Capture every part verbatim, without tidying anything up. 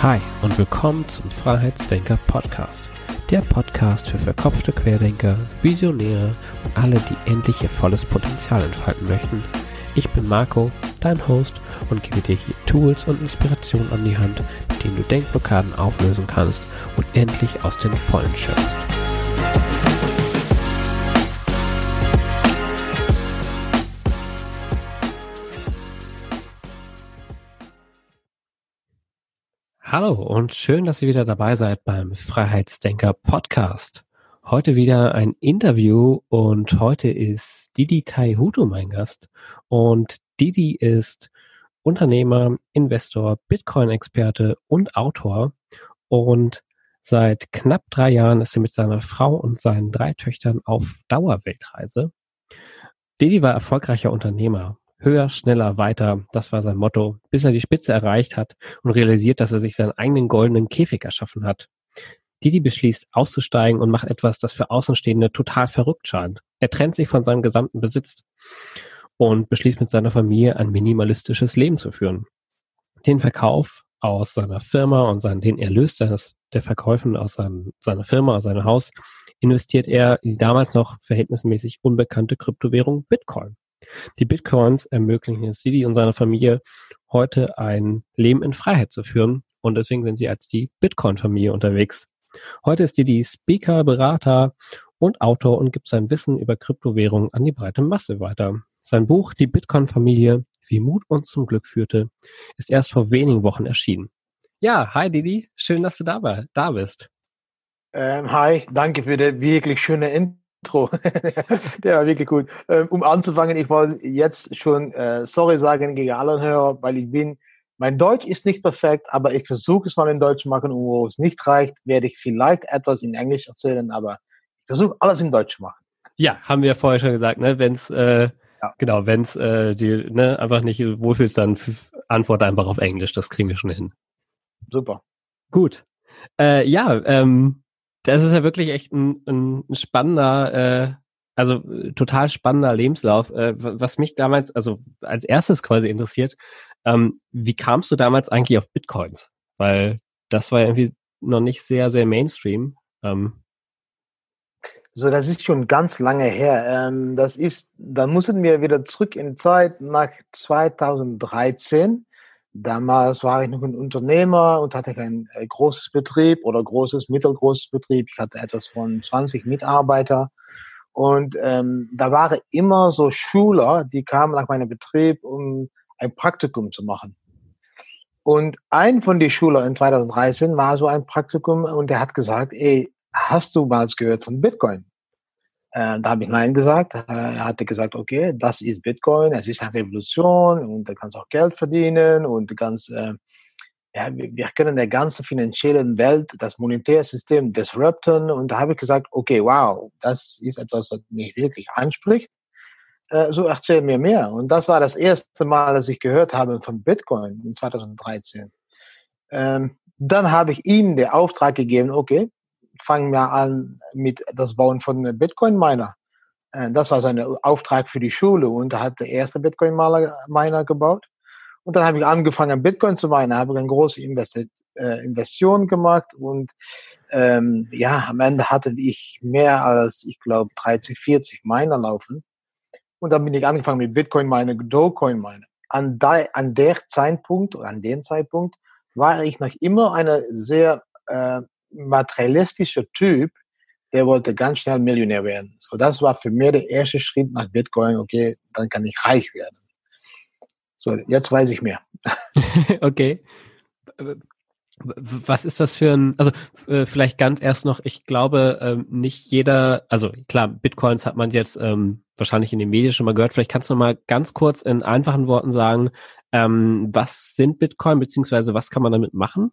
Hi und willkommen zum Freiheitsdenker Podcast. Der Podcast für verkopfte Querdenker, Visionäre und alle, die endlich ihr volles Potenzial entfalten möchten. Ich bin Marco, dein Host, und gebe dir hier Tools und Inspirationen an die Hand, mit denen du Denkblockaden auflösen kannst und endlich aus den Vollen schöpfst. Hallo und schön, dass ihr wieder dabei seid beim Freiheitsdenker Podcast. Heute wieder ein Interview und heute ist Didi Taihutu mein Gast. Und Didi ist Unternehmer, Investor, Bitcoin-Experte und Autor. Und seit knapp drei Jahren ist er mit seiner Frau und seinen drei Töchtern auf Dauerweltreise. Didi war erfolgreicher Unternehmer. Höher, schneller, weiter, das war sein Motto, bis er die Spitze erreicht hat und realisiert, dass er sich seinen eigenen goldenen Käfig erschaffen hat. Didi beschließt auszusteigen und macht etwas, das für Außenstehende total verrückt scheint. Er trennt sich von seinem gesamten Besitz und beschließt mit seiner Familie ein minimalistisches Leben zu führen. Den Verkauf aus seiner Firma und seinen, den Erlös des, der Verkäufen aus seinem, seiner Firma, aus seinem Haus, investiert er in die damals noch verhältnismäßig unbekannte Kryptowährung Bitcoin. Die Bitcoins ermöglichen es Didi und seiner Familie, heute ein Leben in Freiheit zu führen, und deswegen sind sie als die Bitcoin-Familie unterwegs. Heute ist Didi Speaker, Berater und Autor und gibt sein Wissen über Kryptowährungen an die breite Masse weiter. Sein Buch Die Bitcoin-Familie, wie Mut uns zum Glück führte, ist erst vor wenigen Wochen erschienen. Ja, hi Didi, schön, dass du da, war, da bist. Ähm, hi, danke für die wirklich schöne Intro. Der war wirklich gut. Ähm, um anzufangen, ich wollte jetzt schon äh, sorry sagen gegen alle Hörer, weil ich bin, mein Deutsch ist nicht perfekt, aber ich versuche es mal in Deutsch zu machen, und wo es nicht reicht, werde ich vielleicht etwas in Englisch erzählen, aber ich versuche alles in Deutsch zu machen. Ja, haben wir vorher schon gesagt, ne, wenn's äh, ja. genau, wenn's äh, die ne einfach nicht wohlfühlst, dann f- antworte einfach auf Englisch, das kriegen wir schon hin. Super. Gut. Äh, ja, ähm, das ist ja wirklich echt ein, ein spannender, äh, also total spannender Lebenslauf. Äh, was mich damals, also als erstes quasi interessiert, ähm, wie kamst du damals eigentlich auf Bitcoins? Weil das war ja irgendwie noch nicht sehr, sehr Mainstream. Ähm, So, das ist schon ganz lange her. Ähm, das ist, dann mussten wir wieder zurück in die Zeit nach zweitausenddreizehn. Damals war ich noch ein Unternehmer und hatte ein äh, großes Betrieb oder großes, mittelgroßes Betrieb. Ich hatte etwas von zwanzig Mitarbeiter. Und ähm, da waren immer so Schüler, die kamen nach meinem Betrieb, um ein Praktikum zu machen. Und ein von den Schülern in zweitausenddreizehn war so ein Praktikum, und der hat gesagt, ey, hast du mal gehört von Bitcoin? Äh, da habe ich Nein gesagt. Äh, er hatte gesagt, okay, das ist Bitcoin, es ist eine Revolution und du kannst auch Geld verdienen und du kannst, äh, ja, wir, wir können der ganzen finanziellen Welt, das Monetärsystem disrupten. Und da habe ich gesagt, okay, wow, das ist etwas, was mich wirklich anspricht. Äh, so erzähl mir mehr. Und das war das erste Mal, dass ich gehört habe von Bitcoin in zweitausenddreizehn. Ähm, dann habe ich ihm den Auftrag gegeben, okay, fangen wir an mit das Bauen von Bitcoin-Miner. Das war sein Auftrag für die Schule, und er hat der erste Bitcoin-Miner gebaut. Und dann habe ich angefangen, Bitcoin zu minen, habe eine große Investi- äh, Investition gemacht, und ähm, ja, am Ende hatte ich mehr als, ich glaube, dreißig, vierzig Miner laufen. Und dann bin ich angefangen mit Bitcoin-Miner, Dogecoin-Miner. An, de, an der Zeitpunkt, an dem Zeitpunkt, war ich noch immer eine sehr äh, materialistischer Typ, der wollte ganz schnell Millionär werden. So, das war für mich der erste Schritt nach Bitcoin. Okay, dann kann ich reich werden. So, jetzt weiß ich mehr. Okay. Was ist das für ein, also äh, vielleicht ganz erst noch, ich glaube, ähm, nicht jeder, also klar, Bitcoins hat man jetzt ähm, wahrscheinlich in den Medien schon mal gehört. Vielleicht kannst du mal ganz kurz in einfachen Worten sagen, ähm, was sind Bitcoin, beziehungsweise was kann man damit machen?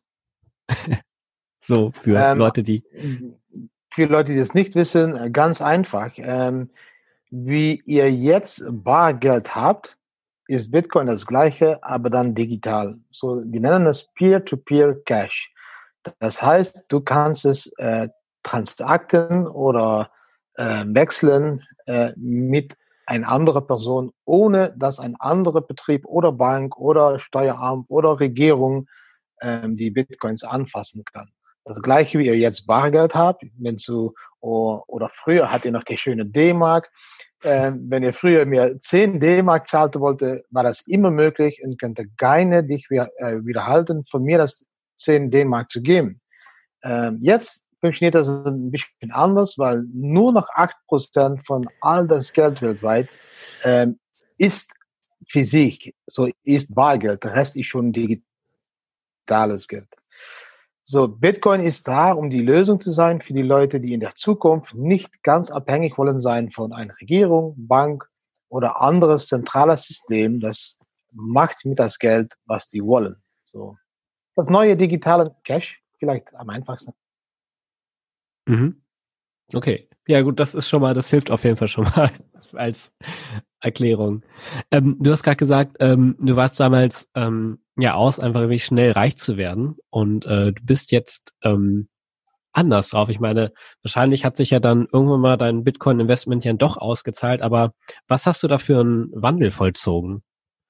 So für ähm, Leute, die... Für Leute, die das nicht wissen, ganz einfach. Ähm, wie ihr jetzt Bargeld habt, ist Bitcoin das gleiche, aber dann digital. So, wir nennen es Peer-to-Peer-Cash. Das heißt, du kannst es äh, transakten oder äh, wechseln äh, mit einer anderen Person, ohne dass ein anderer Betrieb oder Bank oder Steueramt oder Regierung ähm, die Bitcoins anfassen kann. Das gleiche, wie ihr jetzt Bargeld habt, wenn du, oder, oder früher hat ihr noch die schöne D-Mark. Ähm, wenn ihr früher mir zehn D-Mark zahlte wollte, war das immer möglich und könnte keine dich wieder, äh, wieder halten, von mir das zehn D-Mark zu geben. Ähm, jetzt funktioniert das ein bisschen anders, weil nur noch acht Prozent von all das Geld weltweit ähm, ist Physik, so ist Bargeld. Der Rest ist schon digitales Geld. So, Bitcoin ist da, um die Lösung zu sein für die Leute, die in der Zukunft nicht ganz abhängig wollen sein von einer Regierung, Bank oder anderes zentrales System, das macht mit das Geld, was die wollen. So, das neue digitale Cash, vielleicht am einfachsten. Mhm. Okay. Ja gut, das ist schon mal, das hilft auf jeden Fall schon mal als Erklärung. Ähm, du hast gerade gesagt, ähm, du warst damals ähm, ja aus, einfach wirklich schnell reich zu werden und äh, du bist jetzt ähm, anders drauf. Ich meine, wahrscheinlich hat sich ja dann irgendwann mal dein Bitcoin-Investment ja doch ausgezahlt, aber was hast du da für einen Wandel vollzogen?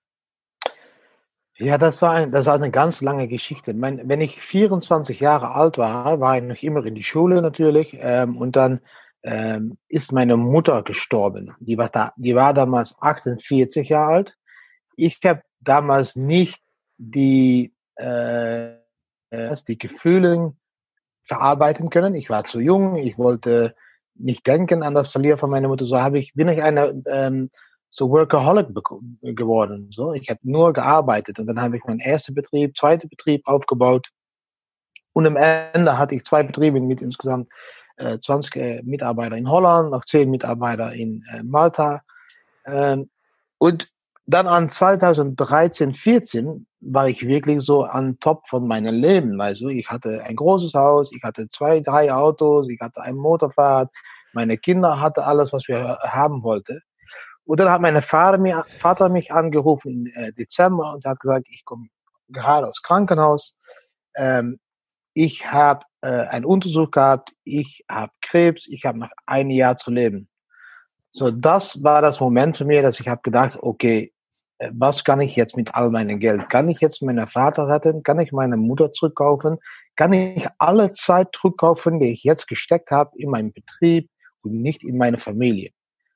Ja, das war, ein, das war eine ganz lange Geschichte. Mein, wenn ich vierundzwanzig Jahre alt war, war ich noch immer in die Schule natürlich. Ähm, und dann ähm, ist meine Mutter gestorben. Die war, da, die war damals achtundvierzig Jahre alt. Ich habe damals nicht die, äh, die Gefühle verarbeiten können. Ich war zu jung. Ich wollte nicht denken an das Verlieren von meiner Mutter. So habe ich, bin ich eine ähm, so Workaholic geworden. So, ich habe nur gearbeitet und dann habe ich meinen ersten Betrieb, zweiten Betrieb aufgebaut und am Ende hatte ich zwei Betriebe mit insgesamt äh, zwanzig äh, Mitarbeiter in Holland, noch zehn Mitarbeiter in äh, Malta. Ähm, und dann an zweitausenddreizehn, vierzehn war ich wirklich so an top von meinem Leben. Also ich hatte ein großes Haus, ich hatte zwei, drei Autos, ich hatte ein Motorrad, meine Kinder hatten alles, was wir haben wollten. Und dann hat mein Vater, mir, Vater mich angerufen im äh, Dezember und hat gesagt, ich komme gerade aus Krankenhaus. Ähm, ich habe äh, einen Untersuch gehabt, ich habe Krebs, ich habe noch ein Jahr zu leben. So, das war das Moment für mich, dass ich habe gedacht, okay, äh, was kann ich jetzt mit all meinem Geld? Kann ich jetzt meinen Vater retten? Kann ich meine Mutter zurückkaufen? Kann ich alle Zeit zurückkaufen, die ich jetzt gesteckt habe in meinen Betrieb und nicht in meine Familie?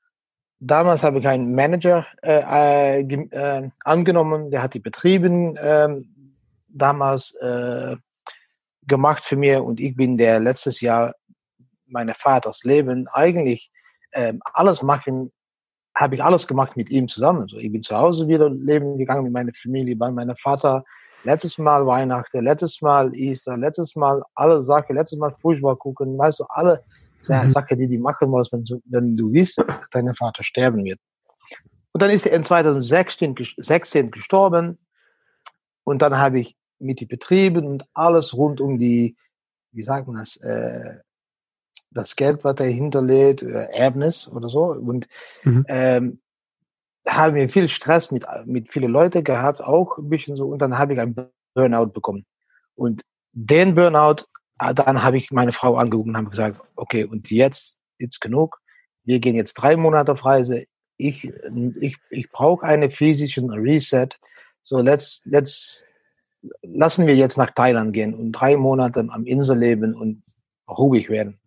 Damals habe ich einen Manager äh, äh, angenommen, der hat die Betrieben äh, damals äh, gemacht für mich und ich bin der letztes Jahr meines Vaters Leben eigentlich äh, alles machen, habe ich alles gemacht mit ihm zusammen. So, ich bin zu Hause wieder leben gegangen mit meiner Familie, bei meinem Vater. Letztes Mal Weihnachten, letztes Mal Easter, letztes Mal alle Sachen, letztes Mal Fußball gucken, weißt du, alle Mhm. Sachen, die du machen musst, wenn du, wenn du weißt, dass dein Vater sterben wird. Und dann ist er in zweitausendsechzehn sechzehn gestorben und dann habe ich mit den Betrieben und alles rund um die, wie sagt man das, äh, das Geld, was er hinterlädt, äh, Erbnis oder so. Und Mhm. ähm, haben wir viel Stress mit, mit vielen Leuten gehabt, auch ein bisschen so. Und dann habe ich einen Burnout bekommen. Und den Burnout, dann habe ich meine Frau angeguckt und habe gesagt, okay, und jetzt ist genug. Wir gehen jetzt drei Monate auf Reise. Ich, ich, ich brauche einen physischen Reset. So, let's, let's, lassen wir jetzt nach Thailand gehen und drei Monate am Insel leben und ruhig werden.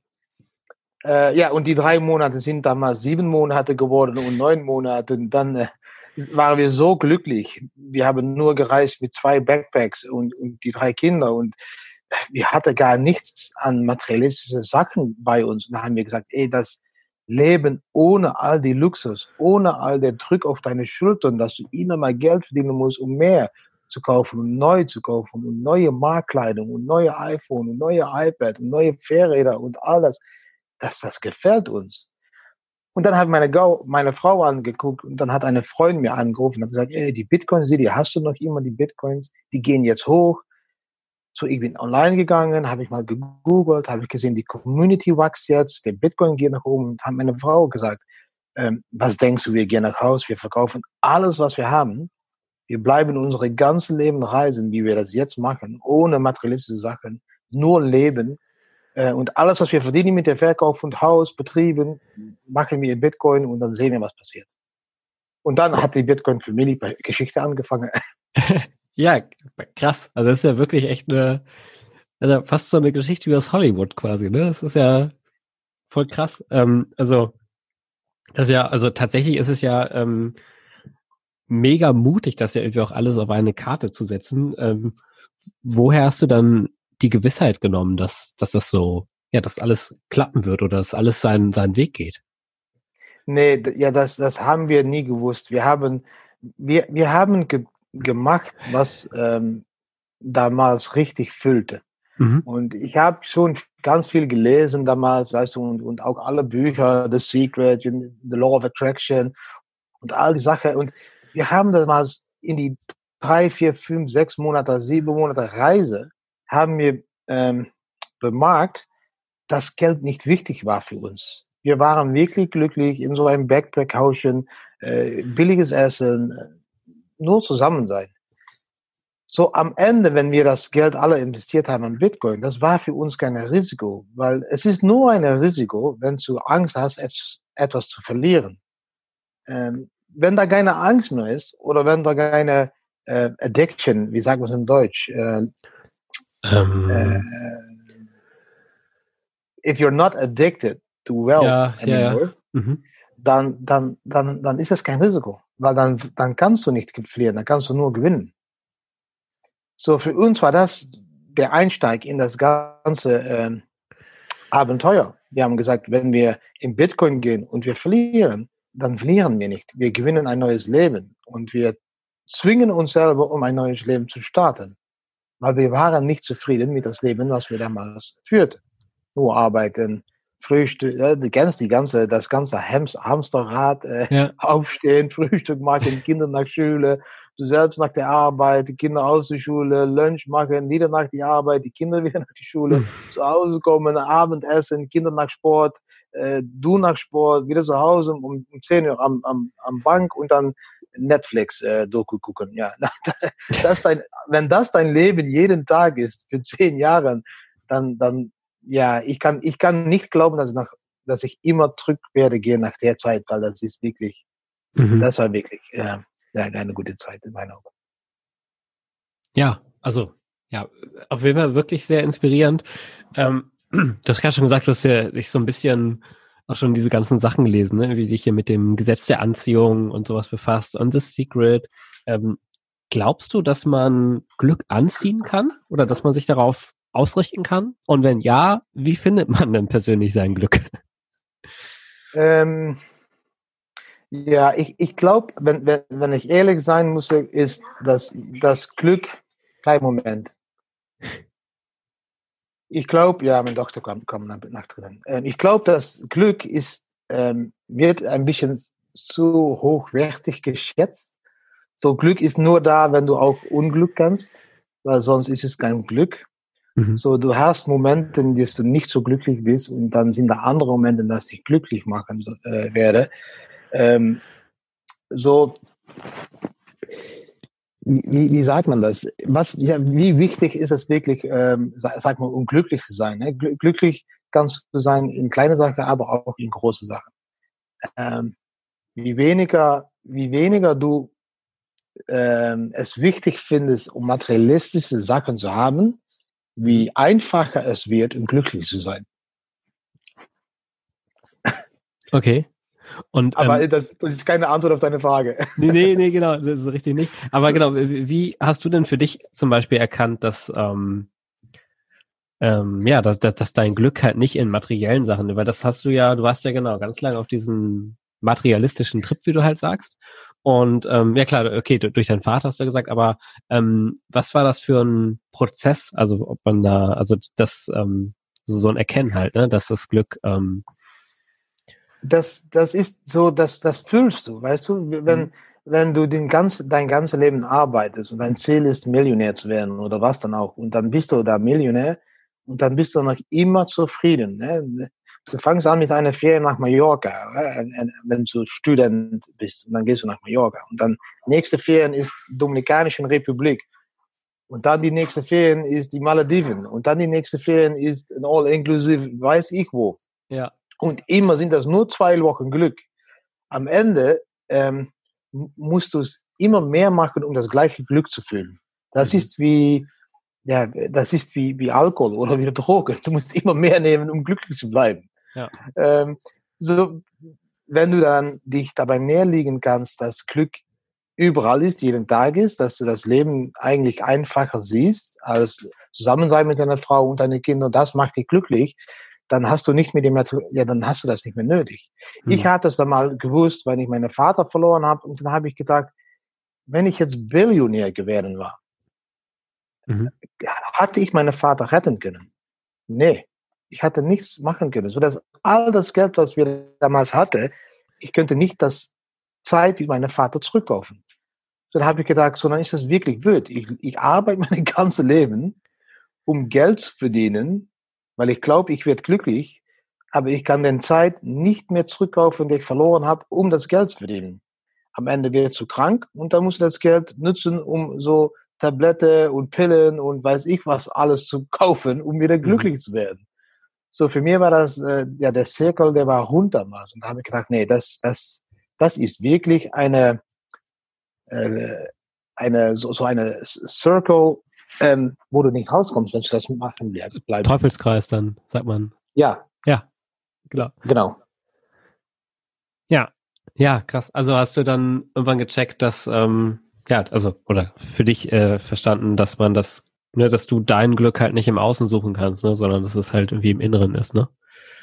Äh, ja, und die drei Monate sind damals sieben Monate geworden und neun Monate. Und dann äh, waren wir so glücklich. Wir haben nur gereist mit zwei Backpacks und, und die drei Kinder und wir hatten gar nichts an materialistischen Sachen bei uns. Und da haben wir gesagt, ey, das Leben ohne all die Luxus, ohne all der Druck auf deine Schultern, dass du immer mal Geld verdienen musst, um mehr zu kaufen und neu zu kaufen und neue Marktkleidung und neue iPhone und neue iPad und neue Fahrräder und all das, das, das gefällt uns. Und dann hat meine, Gau, meine Frau angeguckt und dann hat eine Freundin mir angerufen und hat gesagt, ey, die Bitcoins, die hast du noch immer, die Bitcoins, die gehen jetzt hoch. So, ich bin online gegangen, habe ich mal gegoogelt, habe ich gesehen, die Community wächst jetzt, der Bitcoin geht nach oben und hat meine Frau gesagt, ähm, was denkst du, wir gehen nach Hause, wir verkaufen alles, was wir haben, wir bleiben unsere ganze Leben reisen, wie wir das jetzt machen, ohne materialistische Sachen, nur leben. Und alles, was wir verdienen mit dem Verkauf von Haus, Betrieben, machen wir in Bitcoin und dann sehen wir, was passiert. Und dann hat die Bitcoin-Familie-Geschichte angefangen. Ja, krass. Also das ist ja wirklich echt eine, also fast so eine Geschichte wie aus Hollywood quasi, ne? Das ist ja voll krass. Ähm, also das ist ja, also tatsächlich ist es ja ähm, mega mutig, das ja irgendwie auch alles auf eine Karte zu setzen. Ähm, woher hast du dann die Gewissheit genommen, dass, dass das so, ja, dass alles klappen wird oder dass alles seinen, seinen Weg geht? Nee, d- ja, das, das haben wir nie gewusst. Wir haben, wir, wir haben ge gemacht, was ähm, damals richtig füllte. Mhm. Und ich habe schon ganz viel gelesen damals, weißt du, und, und auch alle Bücher, The Secret, The Law of Attraction und all die Sachen. Und wir haben damals in die drei, vier, fünf, sechs Monate, sieben Monate Reise, haben wir ähm, bemerkt, dass Geld nicht wichtig war für uns. Wir waren wirklich glücklich in so einem Backpackhauschen, äh, billiges Essen, äh, nur zusammen sein. So am Ende, wenn wir das Geld alle investiert haben in Bitcoin, das war für uns kein Risiko, weil es ist nur ein Risiko, wenn du Angst hast, etwas zu verlieren. Ähm, wenn da keine Angst mehr ist oder wenn da keine äh, Addiction, wie sagt man es in Deutsch, äh, äh, Ähm, if you're not addicted to wealth ja, ja, ja. anymore, Mhm. dann, dann, dann, dann ist das kein Risiko, weil dann, dann kannst du nicht verlieren, dann kannst du nur gewinnen. So, für uns war das der Einstieg in das ganze ähm, Abenteuer. Wir haben gesagt, wenn wir in Bitcoin gehen und wir verlieren, dann verlieren wir nicht. Wir gewinnen ein neues Leben und wir zwingen uns selber, um ein neues Leben zu starten. Weil wir waren nicht zufrieden mit das Leben, was wir damals führten. Nur arbeiten, Frühstück, äh, die ganze, die ganze, das ganze Hams, Hamsterrad, äh, Ja. aufstehen, Frühstück machen, Kinder nach Schule, du selbst nach der Arbeit, die Kinder aus der Schule, Lunch machen, wieder nach die Arbeit, die Kinder wieder nach die Schule, zu Hause kommen, Abendessen, Kinder nach Sport, äh, du nach Sport, wieder zu Hause um, um zehn Uhr am, am, am Bank und dann Netflix äh, Doku gucken. Ja, das dein, wenn das dein Leben jeden Tag ist für zehn Jahre, dann, dann ja, ich kann, ich kann nicht glauben, dass ich, nach, dass ich immer zurück werde gehen nach der Zeit, weil das ist wirklich, Mhm. das war wirklich äh, ja, eine gute Zeit in meinen Augen. Ja, also, ja, auf jeden Fall wirklich sehr inspirierend. Ähm, du hast gerade schon gesagt, du hast ja dich so ein bisschen auch schon diese ganzen Sachen gelesen, ne? Wie dich hier mit dem Gesetz der Anziehung und sowas befasst und The Secret. Ähm, glaubst du, dass man Glück anziehen kann oder dass man sich darauf ausrichten kann? Und wenn ja, wie findet man denn persönlich sein Glück? Ähm, ja, ich, ich glaube, wenn, wenn, wenn ich ehrlich sein muss, ist das, das Glück, kein Moment. Ich glaube, ja, mein Doktor kommt, kommt nach, nach drinnen. Ähm, ich glaube, das Glück ist, ähm, wird ein bisschen zu hochwertig geschätzt. So, Glück ist nur da, wenn du auch Unglück kannst, weil sonst ist es kein Glück. Mhm. So, du hast Momente, in denen du nicht so glücklich bist und dann sind da andere Momente, dass dich glücklich machen äh, werde. Ähm, so, wie, wie sagt man das? Was, ja, wie wichtig ist es wirklich, ähm, sag, sag mal, um glücklich zu sein? Ne? Glücklich kannst du sein in kleine Sachen, aber auch in große Sachen. Ähm, wie weniger, wie weniger du ähm, es wichtig findest, um materialistische Sachen zu haben, wie einfacher es wird, um glücklich zu sein. Okay. Und Aber ähm, das, das ist keine Antwort auf deine Frage. nee, nee, nee, genau, das ist richtig nicht. Aber genau, wie, wie hast du denn für dich zum Beispiel erkannt, dass ähm, ähm, ja, dass, dass, dass dein Glück halt nicht in materiellen Sachen, weil das hast du ja, du warst ja genau ganz lange auf diesen materialistischen Trip, wie du halt sagst. Und ähm, ja klar, okay, durch deinen Vater hast du ja gesagt, aber ähm, was war das für ein Prozess? Also ob man da, also das ähm, so ein Erkennen halt, ne, dass das Glück ähm, Das, das ist so, das, das fühlst du, weißt du, wenn, wenn du den ganzen, dein ganzes Leben arbeitest und dein Ziel ist, Millionär zu werden oder was dann auch, und dann bist du da Millionär und dann bist du noch immer zufrieden. Ne? Du fängst an mit einer Ferien nach Mallorca, ne? Wenn du Student bist, und dann gehst du nach Mallorca. Und dann nächste Ferien ist Dominikanische Republik. Und dann die nächste Ferien ist die Malediven. Und dann die nächste Ferien ist ein All-Inclusive, weiß ich wo. ja. Und immer sind das nur zwei Wochen Glück. Am Ende ähm, musst du es immer mehr machen, um das gleiche Glück zu fühlen. Das mhm. ist wie, ja, das ist wie, wie Alkohol oder wie Drogen. Du musst immer mehr nehmen, um glücklich zu bleiben. Ja. Ähm, so, wenn du dann dich dabei näher liegen kannst, dass Glück überall ist, jeden Tag ist, dass du das Leben eigentlich einfacher siehst, als Zusammensein mit deiner Frau und deinen Kindern, das macht dich glücklich, dann hast du nicht mit dem, ja, dann hast du das nicht mehr nötig. Mhm. Ich hatte es dann mal gewusst, wenn ich meinen Vater verloren habe, und dann habe ich gedacht, wenn ich jetzt Billionär geworden war, mhm. hatte ich meinen Vater retten können? Nee, ich hatte nichts machen können, sodass all das Geld, was wir damals hatten, ich könnte nicht das Zeit wie meinen Vater zurückkaufen. Dann habe ich gedacht, so, dann ist das wirklich blöd. Ich, ich arbeite mein ganzes Leben, um Geld zu verdienen, weil ich glaube, ich werde glücklich, aber ich kann den Zeit nicht mehr zurückkaufen, die ich verloren habe, um das Geld zu verdienen. Am Ende wird zu krank und dann muss ich das Geld nutzen, um so Tablette und Pillen und weiß ich was alles zu kaufen, um wieder glücklich mhm. zu werden. So, für mich war das, äh, ja, der Zirkel, der war rund damals. Und da habe ich gedacht, nee, das, das, das ist wirklich eine, eine so, so eine Circle, ähm, wo du nicht rauskommst, wenn du das machen bleibst. Teufelskreis dann, sagt man. Ja. Ja, klar. Genau. Ja, ja, krass. Also hast du dann irgendwann gecheckt, dass, ähm, ja, also, oder für dich äh, verstanden, dass man das, ne, dass du dein Glück halt nicht im Außen suchen kannst, ne, sondern dass es halt irgendwie im Inneren ist, ne?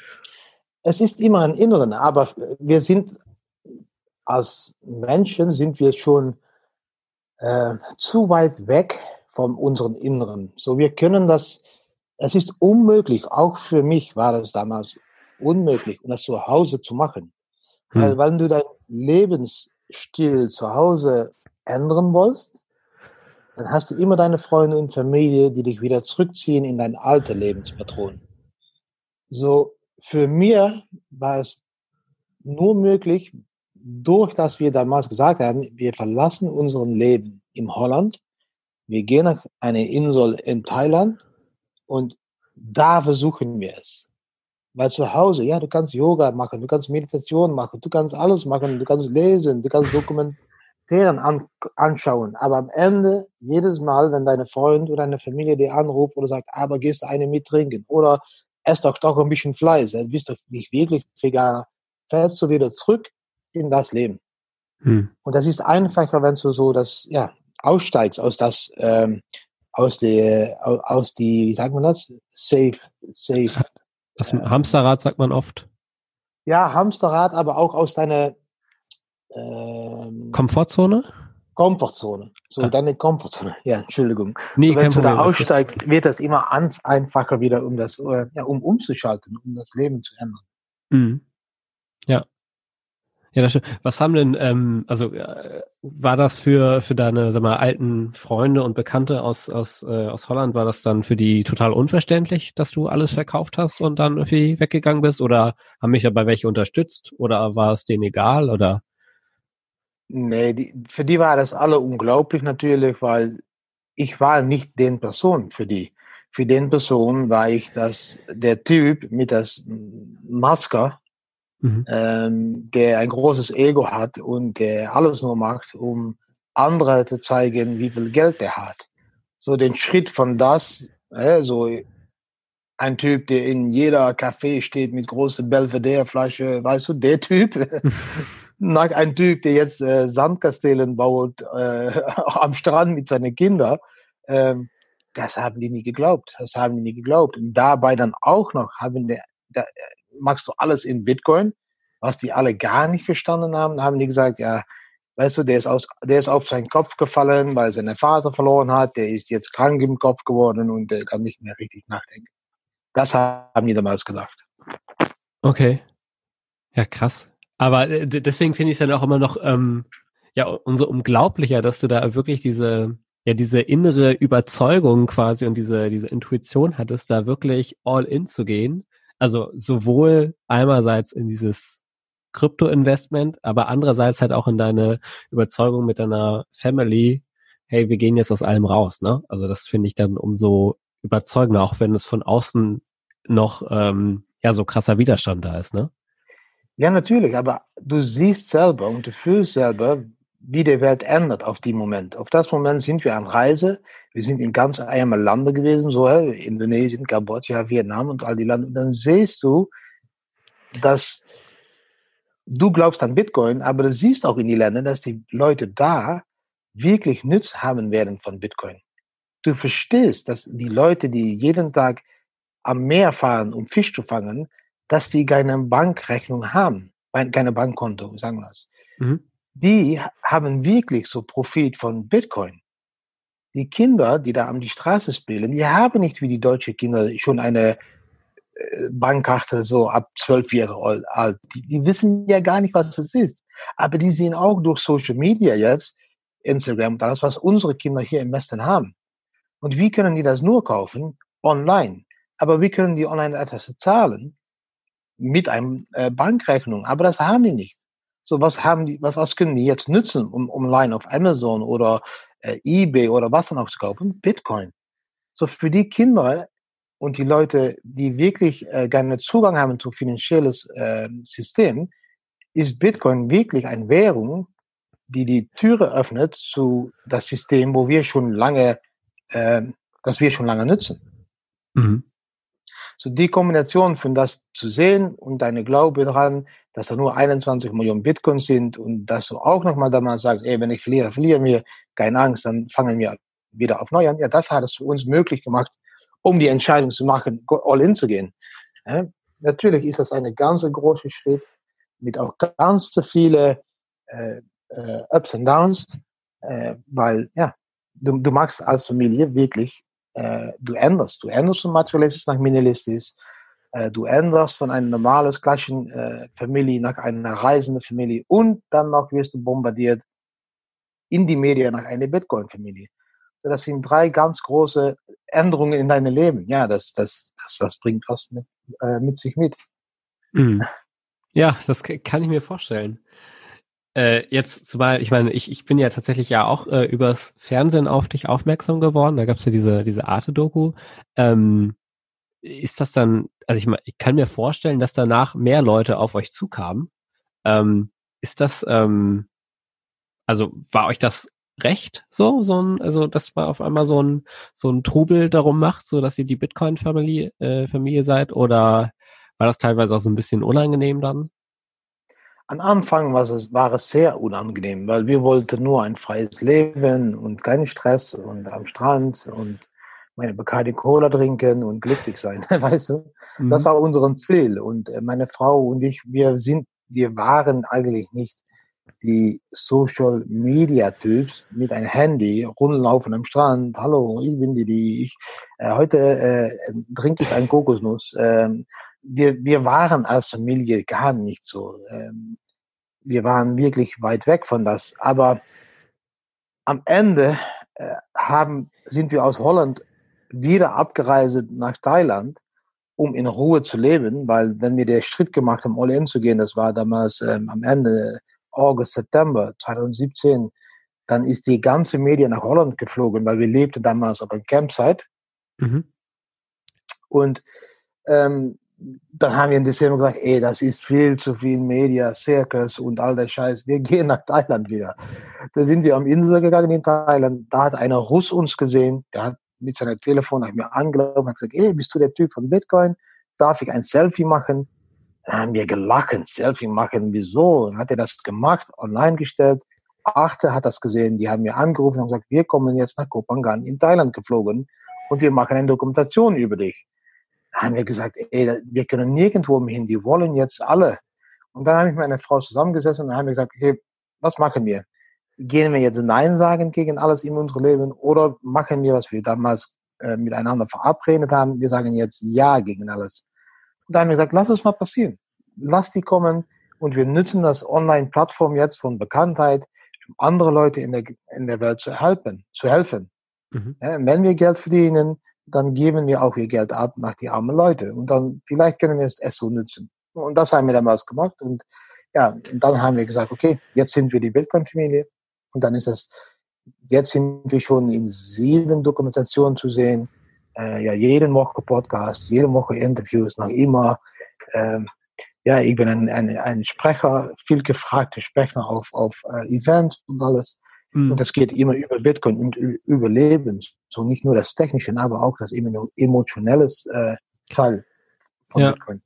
Es ist immer im Inneren, aber wir sind als Menschen sind wir schon äh, zu weit weg von unserem Inneren. So, wir können das, es ist unmöglich, auch für mich war das damals unmöglich, das zu Hause zu machen. Hm. Weil wenn du deinen Lebensstil zu Hause ändern willst, dann hast du immer deine Freunde und Familie, die dich wieder zurückziehen in dein alte Lebenspatron. So, für mich war es nur möglich, durch das wir damals gesagt haben, wir verlassen unseren Leben in Holland, wir gehen nach einer Insel in Thailand und da versuchen wir es. Weil zu Hause, ja, du kannst Yoga machen, du kannst Meditation machen, du kannst alles machen, du kannst lesen, du kannst Dokumentieren an, anschauen. Aber am Ende, jedes Mal, wenn deine Freund oder deine Familie dir anruft oder sagt, aber gehst du eine mit trinken oder ess doch doch ein bisschen Fleisch, dann bist du nicht wirklich Veganer, fällst du wieder zurück in das Leben. Hm. Und das ist einfacher, wenn du so das, ja, aussteigst aus das, ähm, aus der, aus, aus die, wie sagt man das? Safe, safe. Das ähm, Hamsterrad sagt man oft. Ja, Hamsterrad, aber auch aus deiner ähm, Komfortzone? Komfortzone. So ah. Deine Komfortzone. Ja, Entschuldigung. Nee, so, wenn du Problem, da aussteigst, wird das immer an, einfacher wieder, um das, ja, um umzuschalten, um das Leben zu ändern. Mhm. Ja. Ja, das stimmt. Was haben denn, ähm, also äh, war das für für deine, sag mal, alten Freunde und Bekannte aus aus äh, aus Holland, war das dann für die total unverständlich, dass du alles verkauft hast und dann irgendwie weggegangen bist, oder haben mich dabei welche unterstützt, oder war es denen egal, oder? Nee, die, für die war das alle unglaublich natürlich, weil ich war nicht den Person für die. Für den Person war ich das der Typ mit das Maske, Mhm. Ähm, der ein großes Ego hat und der alles nur macht, um andere zu zeigen, wie viel Geld er hat. So den Schritt von das, äh, so ein Typ, der in jeder Café steht mit großer Belvedere-Flasche, weißt du, der Typ. Nach ein Typ, der jetzt äh, Sandkastellen baut äh, am Strand mit seinen Kindern. Ähm, das haben die nie geglaubt. Das haben die nie geglaubt. Und dabei dann auch noch haben der, der machst du alles in Bitcoin, was die alle gar nicht verstanden haben, haben die gesagt, ja, weißt du, der ist, aus, der ist auf seinen Kopf gefallen, weil er seinen Vater verloren hat, der ist jetzt krank im Kopf geworden und der kann nicht mehr richtig nachdenken. Das haben die damals gedacht. Okay. Ja, krass. Aber d- deswegen finde ich es dann auch immer noch, ähm, ja, umso unglaublicher, dass du da wirklich diese, ja, diese innere Überzeugung quasi und diese, diese Intuition hattest, da wirklich all in zu gehen. Also sowohl einerseits in dieses Krypto-Investment, aber andererseits halt auch in deine Überzeugung mit deiner Family, hey, wir gehen jetzt aus allem raus, ne? Also das finde ich dann umso überzeugender, auch wenn es von außen noch, ähm, ja, so krasser Widerstand da ist, ne? Ja, natürlich, aber du siehst selber und du fühlst selber, wie die Welt ändert auf die Moment. Auf das Moment sind wir an Reise. Wir sind in ganz einmal Lande gewesen, so Indonesien, Kambodscha, Vietnam und all die Länder. Und dann siehst du, dass du glaubst an Bitcoin, aber du siehst auch in die Länder, dass die Leute da wirklich Nutz haben werden von Bitcoin. Du verstehst, dass die Leute, die jeden Tag am Meer fahren, um Fisch zu fangen, dass die keine Bankrechnung haben, keine Bankkonto, sagen wir es. Mhm. Die haben wirklich so Profit von Bitcoin. Die Kinder, die da an die Straße spielen, die haben nicht wie die deutschen Kinder schon eine Bankkarte so ab zwölf Jahre alt. Die, die wissen ja gar nicht, was das ist. Aber die sehen auch durch Social Media jetzt, Instagram und alles, was unsere Kinder hier im Westen haben. Und wie können die das nur kaufen? Online. Aber wie können die online etwas zahlen? Mit einer äh, Bankrechnung. Aber das haben die nicht. So, was haben die, was, was können die jetzt nutzen, um online auf Amazon oder äh, eBay oder was dann auch zu kaufen? Bitcoin. So, für die Kinder und die Leute, die wirklich äh, keinen Zugang haben zu finanzielles äh, System, ist Bitcoin wirklich eine Währung, die die Türe öffnet zu das System, wo wir schon lange, äh, das wir schon lange nutzen. Mhm. So die Kombination von das zu sehen und deine Glaube daran, dass da nur einundzwanzig Millionen Bitcoins sind und dass du auch nochmal damals sagst, ey, wenn ich verliere, verlieren wir, keine Angst, dann fangen wir wieder auf neu an. Ja, das hat es für uns möglich gemacht, um die Entscheidung zu machen, all in zu gehen. Ja, natürlich ist das ein ganz großer Schritt mit auch ganz viele äh, äh, Ups und Downs, äh, weil ja, du, du machst als Familie wirklich, äh, du änderst, du änderst von materialistisch nach minimalistisch, äh, du änderst von einer normalen klassischen äh, Familie nach einer reisenden Familie und dann noch wirst du bombardiert in die Medien nach einer Bitcoin-Familie. Das sind drei ganz große Änderungen in deinem Leben. Ja, das, das, das, das bringt was mit, äh, mit sich mit. Mhm. Ja, das kann ich mir vorstellen. Äh, jetzt zumal, ich meine, ich, ich bin ja tatsächlich ja auch äh, übers Fernsehen auf dich aufmerksam geworden. Da gab's ja diese, diese Arte-Doku. Ähm, ist das dann, also ich, ich kann mir vorstellen, dass danach mehr Leute auf euch zukamen. Ähm, ist das, ähm, also war euch das recht, so, so ein, also, dass man auf einmal so ein, so ein Trubel darum macht, so, dass ihr die Bitcoin-Familie, äh, Familie seid, oder war das teilweise auch so ein bisschen unangenehm dann? Am Anfang war es, war es sehr unangenehm, weil wir wollten nur ein freies Leben und keinen Stress und am Strand und meine Bacardi Cola trinken und glücklich sein, weißt du? Mhm. Das war unser Ziel und meine Frau und ich, wir sind, wir waren eigentlich nicht die Social Media Typs mit einem Handy rumlaufen am Strand. Hallo, ich bin die, die ich äh, heute äh, trinke ich einen Kokosnuss. Ähm, wir, wir waren als Familie gar nicht so. Ähm, wir waren wirklich weit weg von das. Aber am Ende äh, haben, sind wir aus Holland wieder abgereist nach Thailand, um in Ruhe zu leben, weil wenn wir den Schritt gemacht haben, all in zu gehen, das war damals ähm, am Ende August, September zwanzig siebzehn, dann ist die ganze Medien nach Holland geflogen, weil wir lebten damals auf einem Campsite. Mhm. Und ähm, dann haben wir in Dezember gesagt, ey, das ist viel zu viel Media, Circus und all der Scheiß. Wir gehen nach Thailand wieder. Da sind wir am Insel gegangen in Thailand. Da hat einer Russ uns gesehen, der hat mit seinem Telefon nach mir angelaufen und hat gesagt, ey, bist du der Typ von Bitcoin? Darf ich ein Selfie machen? Dann haben wir gelacht, Selfie machen, wieso? Dann hat er das gemacht, online gestellt. Arte hat das gesehen, die haben mir angerufen und gesagt, wir kommen jetzt nach Koh Phangan in Thailand geflogen und wir machen eine Dokumentation über dich. Dann haben wir gesagt, ey, wir können nirgendwo mehr hin, die wollen jetzt alle. Und dann habe ich mit meiner Frau zusammengesessen und dann haben wir gesagt, okay, was machen wir? Gehen wir jetzt Nein sagen gegen alles in unserem Leben oder machen wir, was wir damals äh, miteinander verabredet haben, wir sagen jetzt Ja gegen alles. Und da haben wir gesagt, lass es mal passieren. Lass die kommen und wir nutzen das Online-Plattform jetzt von Bekanntheit, um andere Leute in der, in der Welt zu helfen. Zu helfen. Mhm. Ja, wenn wir Geld verdienen, dann geben wir auch ihr Geld ab nach die armen Leute. Und dann, vielleicht können wir es, es so nutzen. Und das haben wir damals gemacht. Und ja, und dann haben wir gesagt, okay, jetzt sind wir die Bitcoin-Familie. Und dann ist es, jetzt sind wir schon in sieben Dokumentationen zu sehen. Äh, ja, jede Woche Podcast, jede Woche Interviews, noch immer. Ähm, ja, ich bin ein, ein, ein Sprecher, viel gefragter Sprecher auf, auf uh, Events und alles. Mhm. Und das geht immer über Bitcoin und über Leben. So nicht nur das Technische, aber auch das emotionelles äh, Teil von ja. Bitcoin.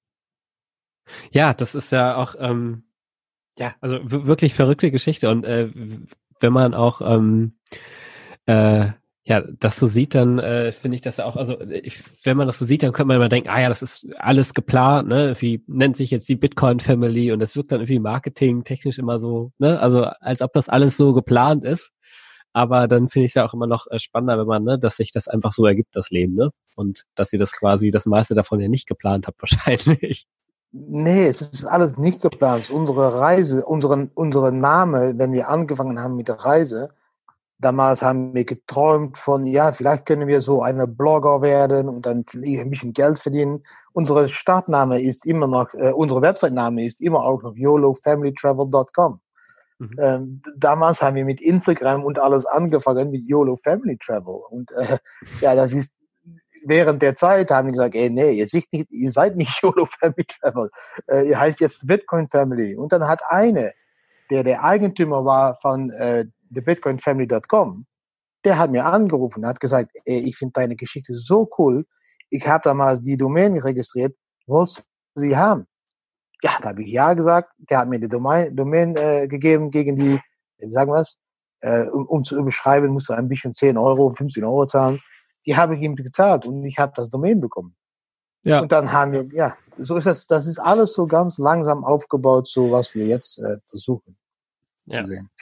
Ja, das ist ja auch, ähm, ja, also w- wirklich verrückte Geschichte. Und äh, wenn man auch, ähm, äh, ja, das so sieht, dann äh, finde ich das auch, also ich, wenn man das so sieht, dann könnte man immer denken, ah ja, das ist alles geplant, ne, wie nennt sich jetzt die Bitcoin Family und das wirkt dann irgendwie marketingtechnisch immer so, ne, also als ob das alles so geplant ist. Aber dann finde ich es ja auch immer noch äh, spannender, wenn man, ne, dass sich das einfach so ergibt, das Leben, ne, und dass ihr das quasi, das meiste davon ja nicht geplant habt wahrscheinlich. Nee, es ist alles nicht geplant. Unsere Reise, unseren, unsere Name, wenn wir angefangen haben mit der Reise, damals haben wir geträumt von, ja, vielleicht können wir so eine Blogger werden und dann ein bisschen Geld verdienen. Unsere Startname ist immer noch, äh, unsere Website-Name ist immer auch noch yolo family travel dot com. Mhm. Ähm, damals haben wir mit Instagram und alles angefangen mit YOLO Family Travel. Und äh, ja, das ist, während der Zeit haben wir gesagt, ey, nee, ihr seid nicht, ihr seid nicht YOLO Family Travel. Äh, ihr heißt jetzt Bitcoin Family. Und dann hat eine, der der Eigentümer war von äh, the bitcoin family dot com, der hat mir angerufen und hat gesagt, ey, ich finde deine Geschichte so cool. Ich habe damals die Domain registriert. Wolltest du die haben? Ja, da habe ich ja gesagt. Der hat mir die Domain, Domain äh, gegeben gegen die, wie sagen wir es, äh, um, um zu überschreiben, musste ein bisschen zehn Euro, fünfzehn Euro zahlen. Die habe ich ihm gezahlt und ich habe das Domain bekommen. Ja. Und dann haben wir, ja, so ist das, das ist alles so ganz langsam aufgebaut, so was wir jetzt äh, versuchen ja. zu sehen.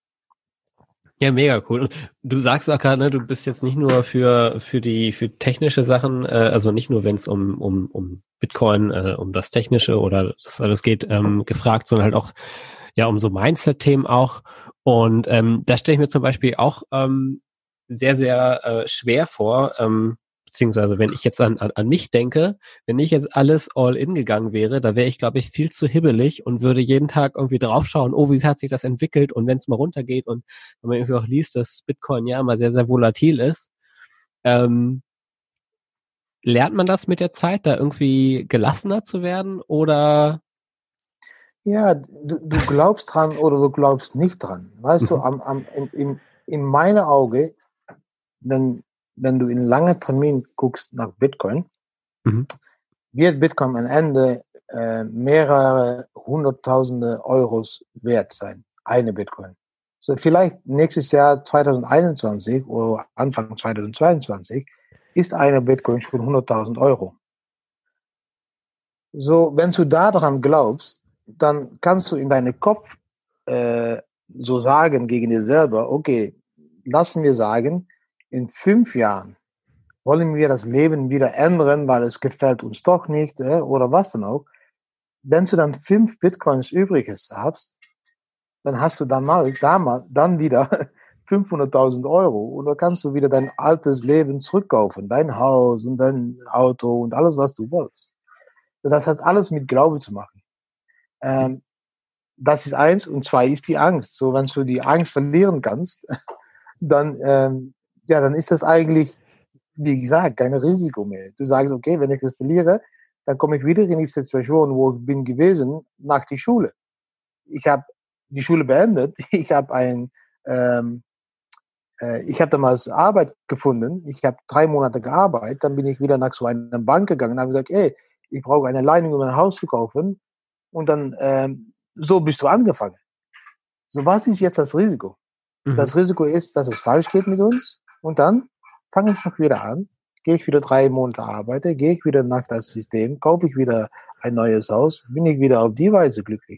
Ja, mega cool. Und du sagst auch gerade, ne, du bist jetzt nicht nur für für die für technische Sachen, äh, also nicht nur wenn es um um um Bitcoin, äh, um das Technische oder das alles geht, ähm, gefragt, sondern halt auch ja um so Mindset-Themen auch. Und ähm, da stelle ich mir zum Beispiel auch ähm, sehr sehr äh, schwer vor. Ähm, beziehungsweise wenn ich jetzt an, an, an mich denke, wenn ich jetzt alles all in gegangen wäre, da wäre ich, glaube ich, viel zu hibbelig und würde jeden Tag irgendwie draufschauen, oh, wie hat sich das entwickelt und wenn es mal runtergeht und wenn man irgendwie auch liest, dass Bitcoin ja immer sehr, sehr volatil ist, ähm, lernt man das mit der Zeit, da irgendwie gelassener zu werden oder? Ja, du, du glaubst dran oder du glaubst nicht dran. Weißt du, am, am, in, in, in meiner Auge, wenn, wenn du in langen Termin guckst nach Bitcoin, mhm. wird Bitcoin am Ende äh, mehrere hunderttausende Euros wert sein. Eine Bitcoin. So vielleicht nächstes Jahr zwanzig einundzwanzig oder Anfang zwanzig zweiundzwanzig ist eine Bitcoin schon hunderttausend Euro. So, wenn du daran glaubst, dann kannst du in deinem Kopf äh, so sagen gegen dir selber, okay, lassen wir sagen, in fünf Jahren wollen wir das Leben wieder ändern, weil es gefällt uns doch nicht äh, oder was dann auch. Wenn du dann fünf Bitcoins übrig hast, dann hast du dann mal, damals, dann wieder fünfhunderttausend Euro und dann kannst du wieder dein altes Leben zurückkaufen, dein Haus und dein Auto und alles, was du wolltest. Das hat alles mit Glaube zu machen. Ähm, das ist eins und zwei ist die Angst. So, wenn du die Angst verlieren kannst, dann, ähm, ja, dann ist das eigentlich, wie gesagt, kein Risiko mehr. Du sagst, okay, wenn ich das verliere, dann komme ich wieder in die Situation, wo ich bin gewesen, nach die Schule. Ich habe die Schule beendet. Ich habe ein, ähm, äh, ich habe damals Arbeit gefunden. Ich habe drei Monate gearbeitet. Dann bin ich wieder nach so einer Bank gegangen und habe gesagt, ey, ich brauche eine Leihung, um ein Haus zu kaufen. Und dann, ähm, so bist du angefangen. So, was ist jetzt das Risiko? Mhm. Das Risiko ist, dass es falsch geht mit uns. Und dann fange ich noch wieder an, gehe ich wieder drei Monate arbeite, gehe ich wieder nach das System, kaufe ich wieder ein neues Haus, bin ich wieder auf die Weise glücklich.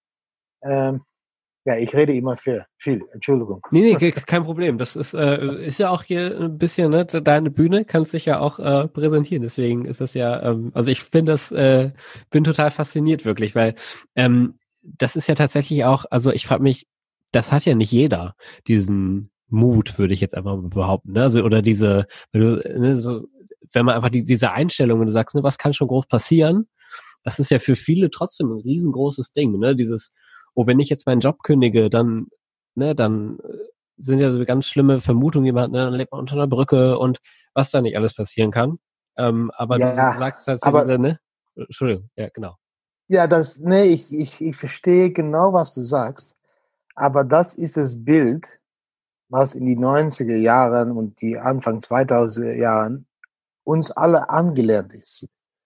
Ähm, ja, ich rede immer viel, viel, Entschuldigung. Nee, nee, kein Problem. Das ist, äh, ist ja auch hier ein bisschen, ne, deine Bühne, kannst dich ja auch äh, präsentieren. Deswegen ist das ja, ähm, also ich finde das, äh, bin total fasziniert wirklich, weil ähm, das ist ja tatsächlich auch, also ich frage mich, das hat ja nicht jeder, diesen Mut, würde ich jetzt einfach behaupten, ne? Also, oder diese, wenn du, ne, so, wenn man einfach die, diese Einstellung, wenn du sagst, ne, was kann schon groß passieren, das ist ja für viele trotzdem ein riesengroßes Ding, ne? Dieses, oh, wenn ich jetzt meinen Job kündige, dann, ne, dann sind ja so ganz schlimme Vermutungen, jemand, ne, dann lebt man unter einer Brücke und was da nicht alles passieren kann. Ähm, aber ja, du sagst halt so aber, diese, ne? Entschuldigung, ja, genau. Ja, das, nee, ich, ich, ich verstehe genau, was du sagst, aber das ist das Bild, was in die neunziger Jahren und die Anfang zweitausender Jahren uns alle angelernt ist.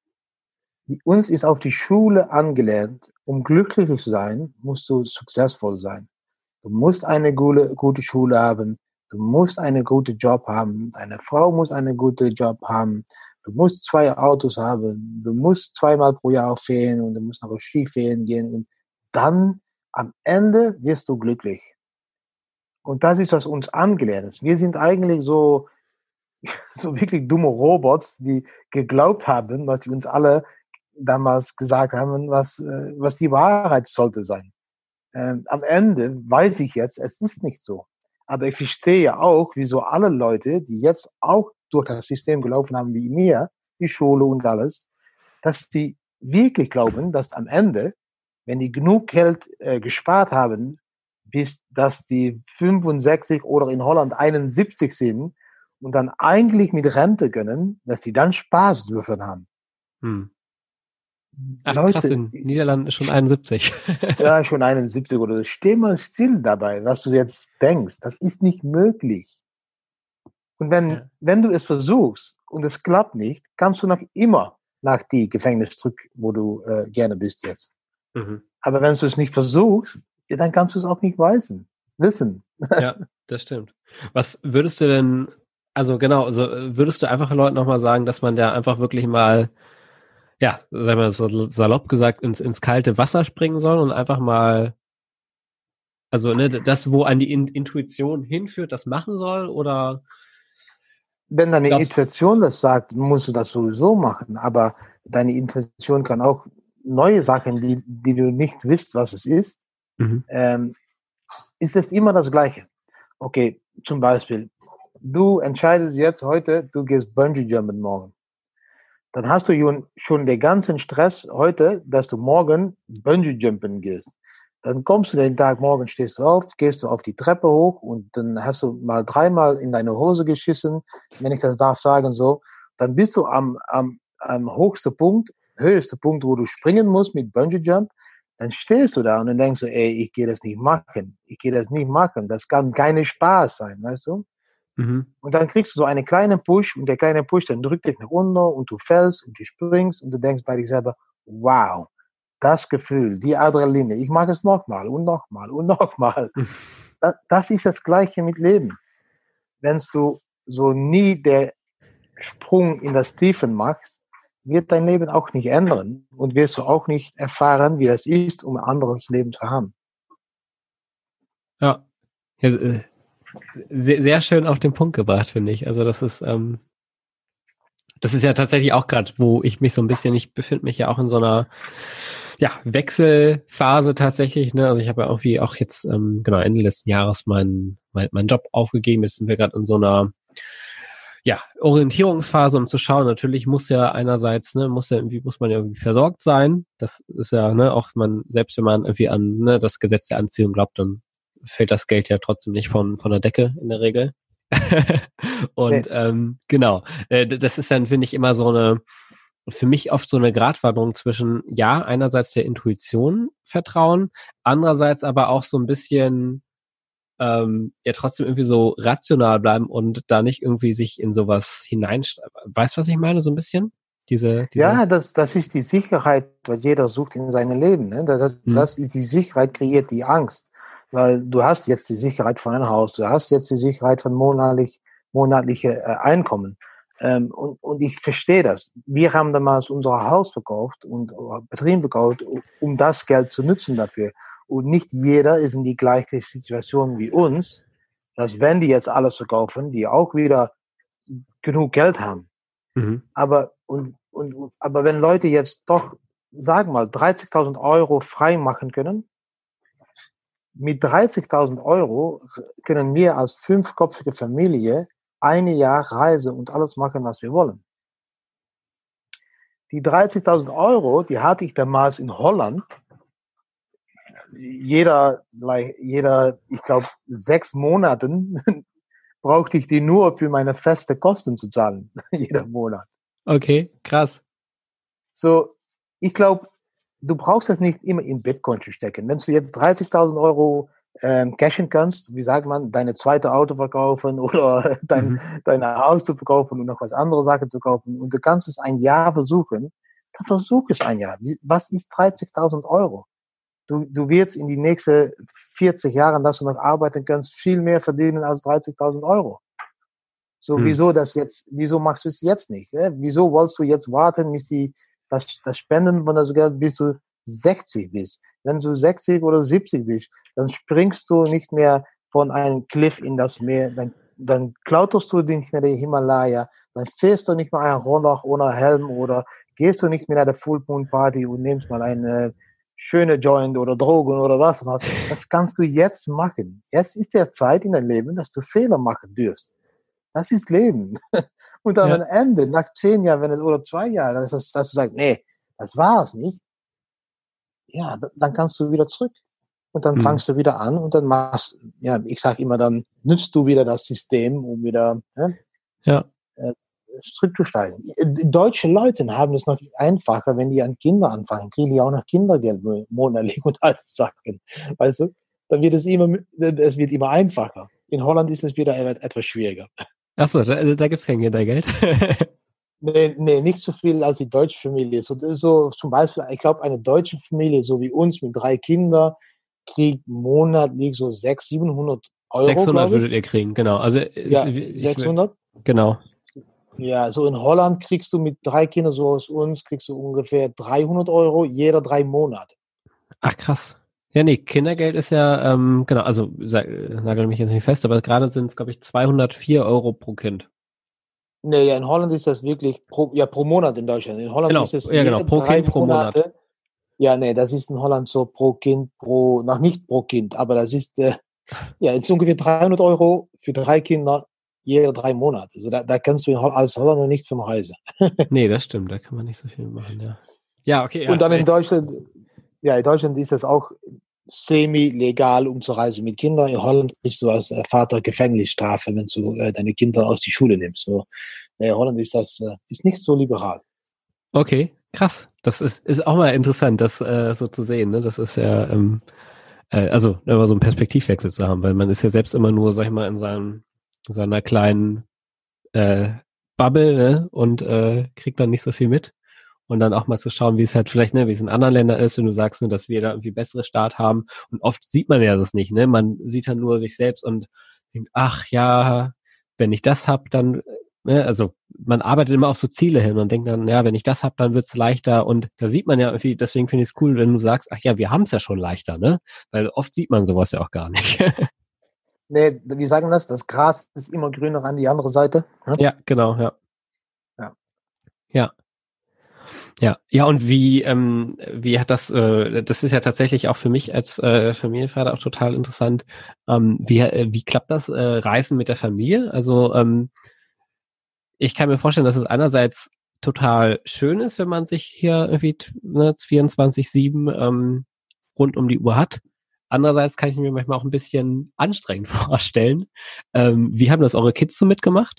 Die, uns ist auf die Schule angelernt, um glücklich zu sein, musst du successvoll sein. Du musst eine gute, gute Schule haben, du musst einen guten Job haben, deine Frau muss einen guten Job haben, du musst zwei Autos haben, du musst zweimal pro Jahr auf Ferien und du musst noch auf Skiferien gehen und dann am Ende wirst du glücklich. Und das ist, was uns angelernt ist. Wir sind eigentlich so, so wirklich dumme Robots, die geglaubt haben, was die uns alle damals gesagt haben, was, äh, was die Wahrheit sollte sein. Ähm, am Ende weiß ich jetzt, es ist nicht so. Aber ich verstehe auch, wieso alle Leute, die jetzt auch durch das System gelaufen haben wie mir, die Schule und alles, dass die wirklich glauben, dass am Ende, wenn die genug Geld äh, gespart haben, bis dass die fünfundsechzig oder in Holland einundsiebzig sind und dann eigentlich mit Rente gönnen, dass die dann Spaß dürfen haben. Hm. Ach krass, Leute, in Niederlanden ist schon einundsiebzig. ja, schon einundsiebzig oder so. Steh mal still dabei, was du jetzt denkst. Das ist nicht möglich. Und wenn, Ja. wenn du es versuchst und es klappt nicht, kannst du noch immer nach die Gefängnis zurück, wo du äh, gerne bist jetzt. Mhm. Aber wenn du es nicht versuchst, ja, dann kannst du es auch nicht wissen. Wissen. Ja, das stimmt. Was würdest du denn, also genau, also würdest du einfach Leuten nochmal sagen, dass man da einfach wirklich mal, ja, sagen wir so salopp gesagt, ins, ins kalte Wasser springen soll und einfach mal, also ne, das, wo an die In- Intuition hinführt, das machen soll, oder Wenn deine glaubst Intuition das sagt, musst du das sowieso machen. Aber deine Intuition kann auch neue Sachen, die, die du nicht wisst, was es ist, mhm. ähm, ist es immer das Gleiche. Okay, zum Beispiel, du entscheidest jetzt heute, du gehst Bungee Jumpen morgen. Dann hast du schon den ganzen Stress heute, dass du morgen Bungee Jumpen gehst. Dann kommst du den Tag morgen, stehst du auf, gehst du auf die Treppe hoch und dann hast du mal dreimal in deine Hose geschissen, wenn ich das darf sagen so. Dann bist du am, am, am höchsten Punkt, höchsten Punkt, wo du springen musst mit Bungee Jump. Dann stehst du da und dann denkst du, ey, ich gehe das nicht machen. Ich gehe das nicht machen. Das kann keine Spaß sein, weißt du? Mhm. Und dann kriegst du so einen kleinen Push und der kleine Push, dann drückt dich nach unten und du fällst und du springst und du denkst bei dir selber, wow, das Gefühl, die Adrenaline, ich mag es nochmal und nochmal und nochmal. Das, das ist das Gleiche mit Leben. Wenn du so nie der Sprung in das Tiefen machst, wird dein Leben auch nicht ändern und wirst du auch nicht erfahren, wie es ist, um ein anderes Leben zu haben. Ja. Ja, äh, sehr, sehr schön auf den Punkt gebracht, finde ich. Also das ist, ähm, das ist ja tatsächlich auch gerade, wo ich mich so ein bisschen, ich befinde mich ja auch in so einer, ja, Wechselphase tatsächlich, ne? Also ich habe ja irgendwie auch jetzt, ähm, genau, Ende letzten Jahres meinen mein, mein Job aufgegeben. Jetzt sind wir gerade in so einer, ja, Orientierungsphase, um zu schauen. Natürlich muss ja einerseits, ne, muss ja irgendwie, muss man ja irgendwie versorgt sein. Das ist ja, ne, auch man, selbst wenn man irgendwie an, ne, das Gesetz der Anziehung glaubt, dann fällt das Geld ja trotzdem nicht von, von der Decke in der Regel. Und Nee. ähm, genau, äh, das ist dann, finde ich, immer so eine, für mich oft so eine Gratwanderung zwischen, ja, einerseits der Intuition vertrauen, andererseits aber auch so ein bisschen, ähm, ja, trotzdem irgendwie so rational bleiben und da nicht irgendwie sich in sowas hinein, weißt du, was ich meine, so ein bisschen? Diese, diese, Ja, das, das ist die Sicherheit, was jeder sucht in seinem Leben. Ne? Das, hm, das ist die Sicherheit, kreiert die Angst. Weil du hast jetzt die Sicherheit von einem Haus, du hast jetzt die Sicherheit von monatlich, monatliche äh, Einkommen. Ähm, und, und ich verstehe das. Wir haben damals unser Haus verkauft und uh, Betrieb verkauft, um das Geld zu nutzen dafür. Und nicht jeder ist in die gleiche Situation wie uns, dass wenn die jetzt alles verkaufen, die auch wieder genug Geld haben. mhm, Aber, und, und, aber wenn Leute jetzt doch, sagen wir mal, dreißigtausend Euro frei machen können, mit dreißigtausend Euro können wir als fünfköpfige Familie ein Jahr Reise und alles machen, was wir wollen. Die dreißigtausend Euro, die hatte ich damals in Holland. Jeder, jeder, ich glaube, sechs Monaten brauchte ich die nur für meine feste Kosten zu zahlen. Jeder Monat. okay, krass. So, ich glaube, du brauchst das nicht immer in Bitcoin zu stecken. Wenn du jetzt dreißigtausend Euro ähm, cashen kannst, wie sagt man, deine zweite Auto verkaufen oder dein, Mhm. dein Haus zu verkaufen und noch was andere Sachen zu kaufen und du kannst es ein Jahr versuchen, dann versuch es ein Jahr. Was ist dreißigtausend Euro? Du, du wirst in die nächsten vierzig Jahren, dass du noch arbeiten kannst, viel mehr verdienen als dreißigtausend Euro. So, Mhm. wieso das jetzt, wieso machst du es jetzt nicht? Ja? Wieso wolltest du jetzt warten, bis die, das, das Spenden von das Geld, bis du sechzig bist? Wenn du sechzig oder siebzig bist, dann springst du nicht mehr von einem Cliff in das Meer, dann, dann klauterst du nicht mehr den Himalaya, dann fährst du nicht mehr einen Roller ohne Helm oder gehst du nicht mehr nach der Full Moon Party und nimmst mal eine schöne Joint oder Drogen oder was. Das kannst du jetzt machen. Jetzt ist der Zeit in deinem Leben, dass du Fehler machen dürst. Das ist Leben. Und dann Ja. am Ende, nach zehn Jahren, wenn es, oder zwei Jahren, dass, dass du sagst, nee, das war es nicht. Ja, dann kannst du wieder zurück. Und dann Mhm. fangst du wieder an und dann machst, ja, ich sage immer, dann nützt du wieder das System, um wieder ne, Ja. äh, zurückzusteigen. Die deutschen Leute haben es noch einfacher, wenn die an Kinder anfangen, kriegen die auch noch Kindergeld monatlich und all das Sachen. Weißt du? Dann wird es immer, es wird immer einfacher. In Holland ist es wieder etwas schwieriger. Achso, da, da gibt's kein Kindergeld. Nee, nee, nicht so viel als die deutsche Familie. So, so zum Beispiel, ich glaube, eine deutsche Familie, so wie uns mit drei Kindern, kriegt monatlich so sechshundert, siebenhundert Euro, sechshundert glaube ich. würdet ihr kriegen, genau. Also Ja, ist, ich, sechshundert. Genau. Ja, so in Holland kriegst du mit drei Kindern, so aus uns, kriegst du ungefähr dreihundert Euro jeder drei Monate. Ach, krass. Ja, nee, Kindergeld ist ja, ähm, genau, also sag, nagel mich jetzt nicht fest, aber gerade sind es, glaube ich, zweihundertvier Euro pro Kind. Nee, ja, in Holland ist das wirklich pro, ja, pro Monat in Deutschland. In Holland Genau, ist es ja genau, jede pro drei Kind pro Monate. Monat. Ja, nee, das ist in Holland so pro Kind, pro, noch nicht pro Kind, aber das ist, äh, ja, jetzt ungefähr dreihundert Euro für drei Kinder jede drei Monate. Also da, da kannst du in Hol- als Holländer nicht von reisen. Nee, das stimmt, da kann man nicht so viel machen, ja. Ja, okay, ja. Und dann in Deutschland, ja, in Deutschland ist das auch semi-legal, um zu reisen mit Kindern. In Holland kriegst du als äh, Vater Gefängnisstrafe, wenn du äh, deine Kinder aus die Schule nimmst. So, in Holland ist das äh, ist nicht so liberal. Okay, krass. Das ist, ist auch mal interessant, das äh, so zu sehen, ne? Das ist ja, ähm, äh, also immer so einen Perspektivwechsel zu haben, weil man ist ja selbst immer nur, sag ich mal, in seinem, in seiner kleinen äh, Bubble, ne? Und äh, kriegt dann nicht so viel mit. Und dann auch mal zu schauen, wie es halt vielleicht, ne, wie es in anderen Ländern ist, wenn du sagst, ne, dass wir da irgendwie bessere Start haben. Und oft sieht man ja das nicht, ne? Man sieht dann nur sich selbst und denkt, ach ja, wenn ich das hab, dann, ne, also man arbeitet immer auf so Ziele hin und denkt dann, ja, wenn ich das hab, dann wird's leichter. Und da sieht man ja irgendwie, deswegen finde ich es cool, wenn du sagst, ach ja, wir haben es ja schon leichter, ne? Weil oft sieht man sowas ja auch gar nicht. Nee, wie sagen das? Das Gras ist immer grüner an die andere Seite. Hm? Ja, genau, ja. Ja. Ja. Ja, ja, und wie, ähm, wie hat das, äh, das ist ja tatsächlich auch für mich als äh, Familienvater auch total interessant. Ähm, wie, äh, wie klappt das äh, Reisen mit der Familie? Also ähm, ich kann mir vorstellen, dass es einerseits total schön ist, wenn man sich hier irgendwie ne, vierundzwanzig sieben ähm, rund um die Uhr hat. Andererseits kann ich mir manchmal auch ein bisschen anstrengend vorstellen. Ähm, wie haben das eure Kids so mitgemacht?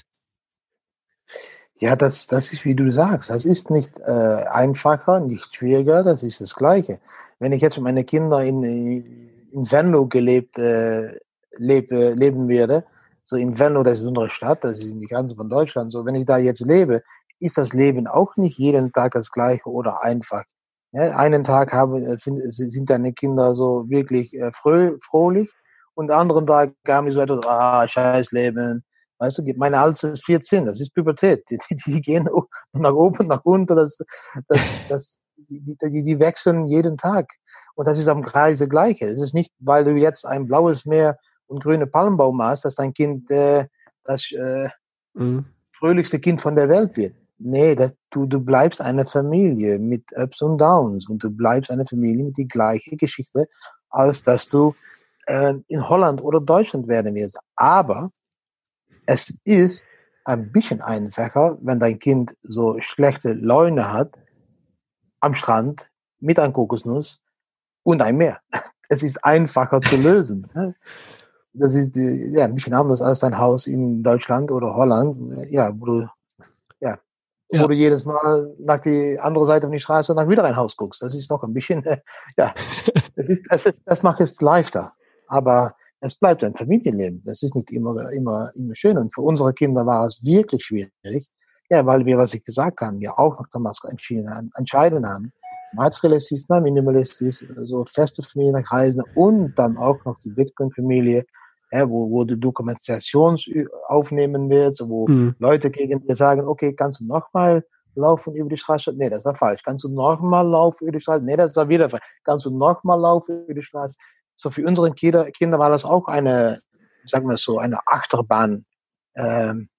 Ja, das, das ist, wie du sagst, das ist nicht äh, einfacher, nicht schwieriger, das ist das Gleiche. Wenn ich jetzt mit meinen Kindern in, in Venlo gelebt, äh, lebe, leben werde, so in Venlo, das ist unsere Stadt, das ist in die Grenze von Deutschland, so wenn ich da jetzt lebe, ist das Leben auch nicht jeden Tag das Gleiche oder einfach. Ja, einen Tag haben, sind, sind deine Kinder so wirklich äh, fröh, fröhlich und den anderen Tag haben die so etwas, ah, scheiß Leben. Weißt du, die, meine Alte ist vierzehn, das ist Pubertät. Die, die, die gehen nach oben, nach unten, das, das, das, die, die, die wechseln jeden Tag. Und das ist am Kreis das Gleiche. Es ist nicht, weil du jetzt ein blaues Meer und grüne Palmbaum hast, dass dein Kind äh, das äh, Mhm. fröhlichste Kind von der Welt wird. Nee, das, du, du bleibst eine Familie mit Ups und Downs und du bleibst eine Familie mit die gleiche Geschichte, als dass du äh, in Holland oder Deutschland werden wirst. Aber es ist ein bisschen einfacher, wenn dein Kind so schlechte Laune hat, am Strand, mit einer Kokosnuss und ein Meer. Es ist einfacher zu lösen. Das ist ja ein bisschen anders als dein Haus in Deutschland oder Holland, ja, wo du ja, wo Ja. du jedes Mal nach die andere Seite von die Straße nach wieder ein Haus guckst. Das ist doch ein bisschen, äh, ja, das, ist, das, ist, das macht es leichter. Aber es bleibt ein Familienleben. Das ist nicht immer, immer, immer schön. Und für unsere Kinder war es wirklich schwierig. Ja, weil wir, was ich gesagt habe, ja auch noch damals entschieden haben, entscheiden haben. Materialistisch, na, minimalistisch, so feste Familienkreise und dann auch noch die Bitcoin-Familie, ja, wo, wo du Dokumentation aufnehmen willst, wo Mhm. Leute gegen dir sagen, okay, kannst du nochmal laufen über die Straße? Nee, das war falsch. Kannst du nochmal laufen über die Straße? Nee, das war wieder falsch. Kannst du nochmal laufen über die Straße? So für unsere Kinder, Kinder war das auch eine, sagen wir so, eine Achterbahn, ähm,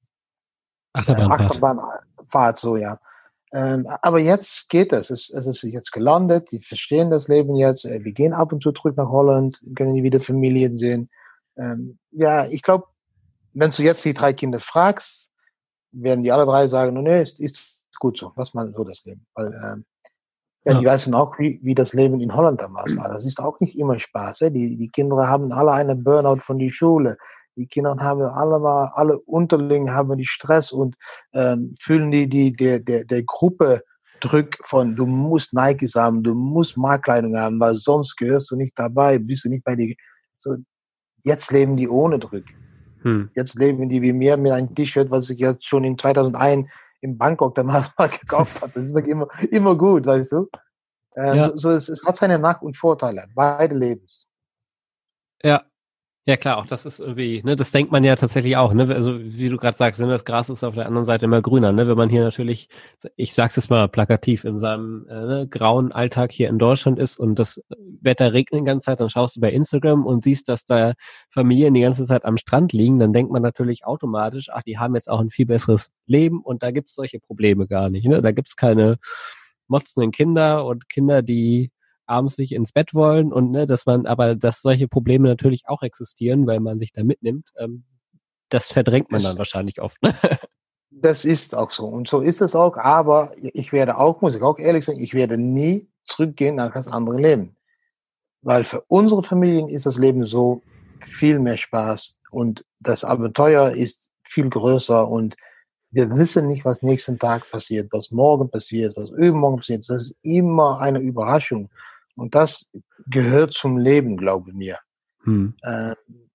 äh, Achterbahnfahrt. Achterbahnfahrt, so, ja. Ähm, aber jetzt geht es. es. Es ist jetzt gelandet, die verstehen das Leben jetzt. Äh, Wir gehen ab und zu zurück nach Holland, können die wieder Familien sehen. Ähm, ja, ich glaube, wenn du jetzt die drei Kinder fragst, werden die alle drei sagen, no, nee, ist, ist gut so, lass mal so das Leben. Weil, ähm, ja, Ja. die wissen auch, wie, wie das Leben in Holland damals war. Das ist auch nicht immer Spaß. Eh? Die, die Kinder haben alle einen Burnout von der Schule. Die Kinder haben alle mal, alle Unterling haben die Stress und ähm, fühlen die, die der, der, der Gruppe Druck von, du musst Nikes haben, du musst Marktkleidung haben, weil sonst gehörst du nicht dabei, bist du nicht bei dir. So, jetzt leben die ohne Druck. Hm. Jetzt leben die wie mir mit einem T-Shirt, was ich jetzt schon in zweitausendeins in Bangkok damals mal gekauft habe. Das ist doch immer, immer gut, weißt du? Ähm, Ja. so, so es, es hat seine Nach- und Vorteile, beide Lebens. Ja. Ja klar, auch das ist irgendwie, ne, das denkt man ja tatsächlich auch, ne, also wie du gerade sagst, ne, das Gras ist auf der anderen Seite immer grüner, ne, wenn man hier natürlich, ich sag's jetzt mal plakativ, in seinem äh, ne, grauen Alltag hier in Deutschland ist und das Wetter regnet die ganze Zeit, dann schaust du bei Instagram und siehst, dass da Familien die ganze Zeit am Strand liegen, dann denkt man natürlich automatisch, ach, die haben jetzt auch ein viel besseres Leben und da gibt's solche Probleme gar nicht, ne, da gibt's keine motzenden Kinder und Kinder, die abends nicht ins Bett wollen und ne, dass man, aber dass solche Probleme natürlich auch existieren, weil man sich da mitnimmt, ähm, das verdrängt man dann Das, wahrscheinlich oft. Ne? das ist auch so. Und so ist es auch. Aber ich werde auch, muss ich auch ehrlich sagen, ich werde nie zurückgehen nach das andere Leben. Weil für unsere Familien ist das Leben so viel mehr Spaß und das Abenteuer ist viel größer und wir wissen nicht, was nächsten Tag passiert, was morgen passiert, was übermorgen passiert. Das ist immer eine Überraschung. Und das gehört zum Leben, glaube ich mir. Hm. Ähm,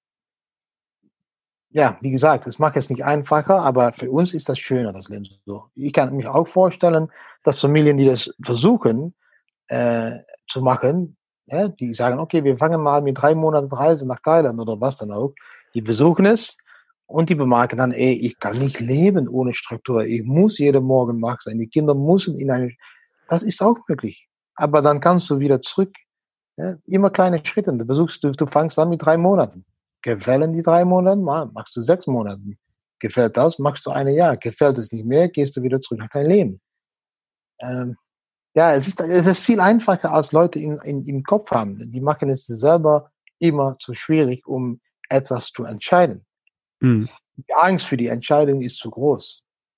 ja, wie gesagt, es macht es nicht einfacher, aber für uns ist das schöner, das Leben so. Ich kann mich auch vorstellen, dass Familien, die das versuchen äh, zu machen, ja, die sagen, okay, wir fangen mal mit drei Monaten Reise nach Thailand oder was dann auch, die versuchen es und die bemerken dann, ey, ich kann nicht leben ohne Struktur, ich muss jeden Morgen wach sein, die Kinder müssen in eine, das ist auch möglich. Aber dann kannst du wieder zurück, ja, immer kleine Schritte, du versuchst, du, du fangst an mit drei Monaten. Gefällen die drei Monate, machst du sechs Monate. Gefällt das, machst du ein Jahr. Gefällt es nicht mehr, gehst du wieder zurück nach dein Leben. Ähm, ja, es ist, es ist viel einfacher, als Leute in, in, im Kopf haben. Die machen es selber immer zu schwierig, um etwas zu entscheiden. Hm. Die Angst für die Entscheidung ist zu groß,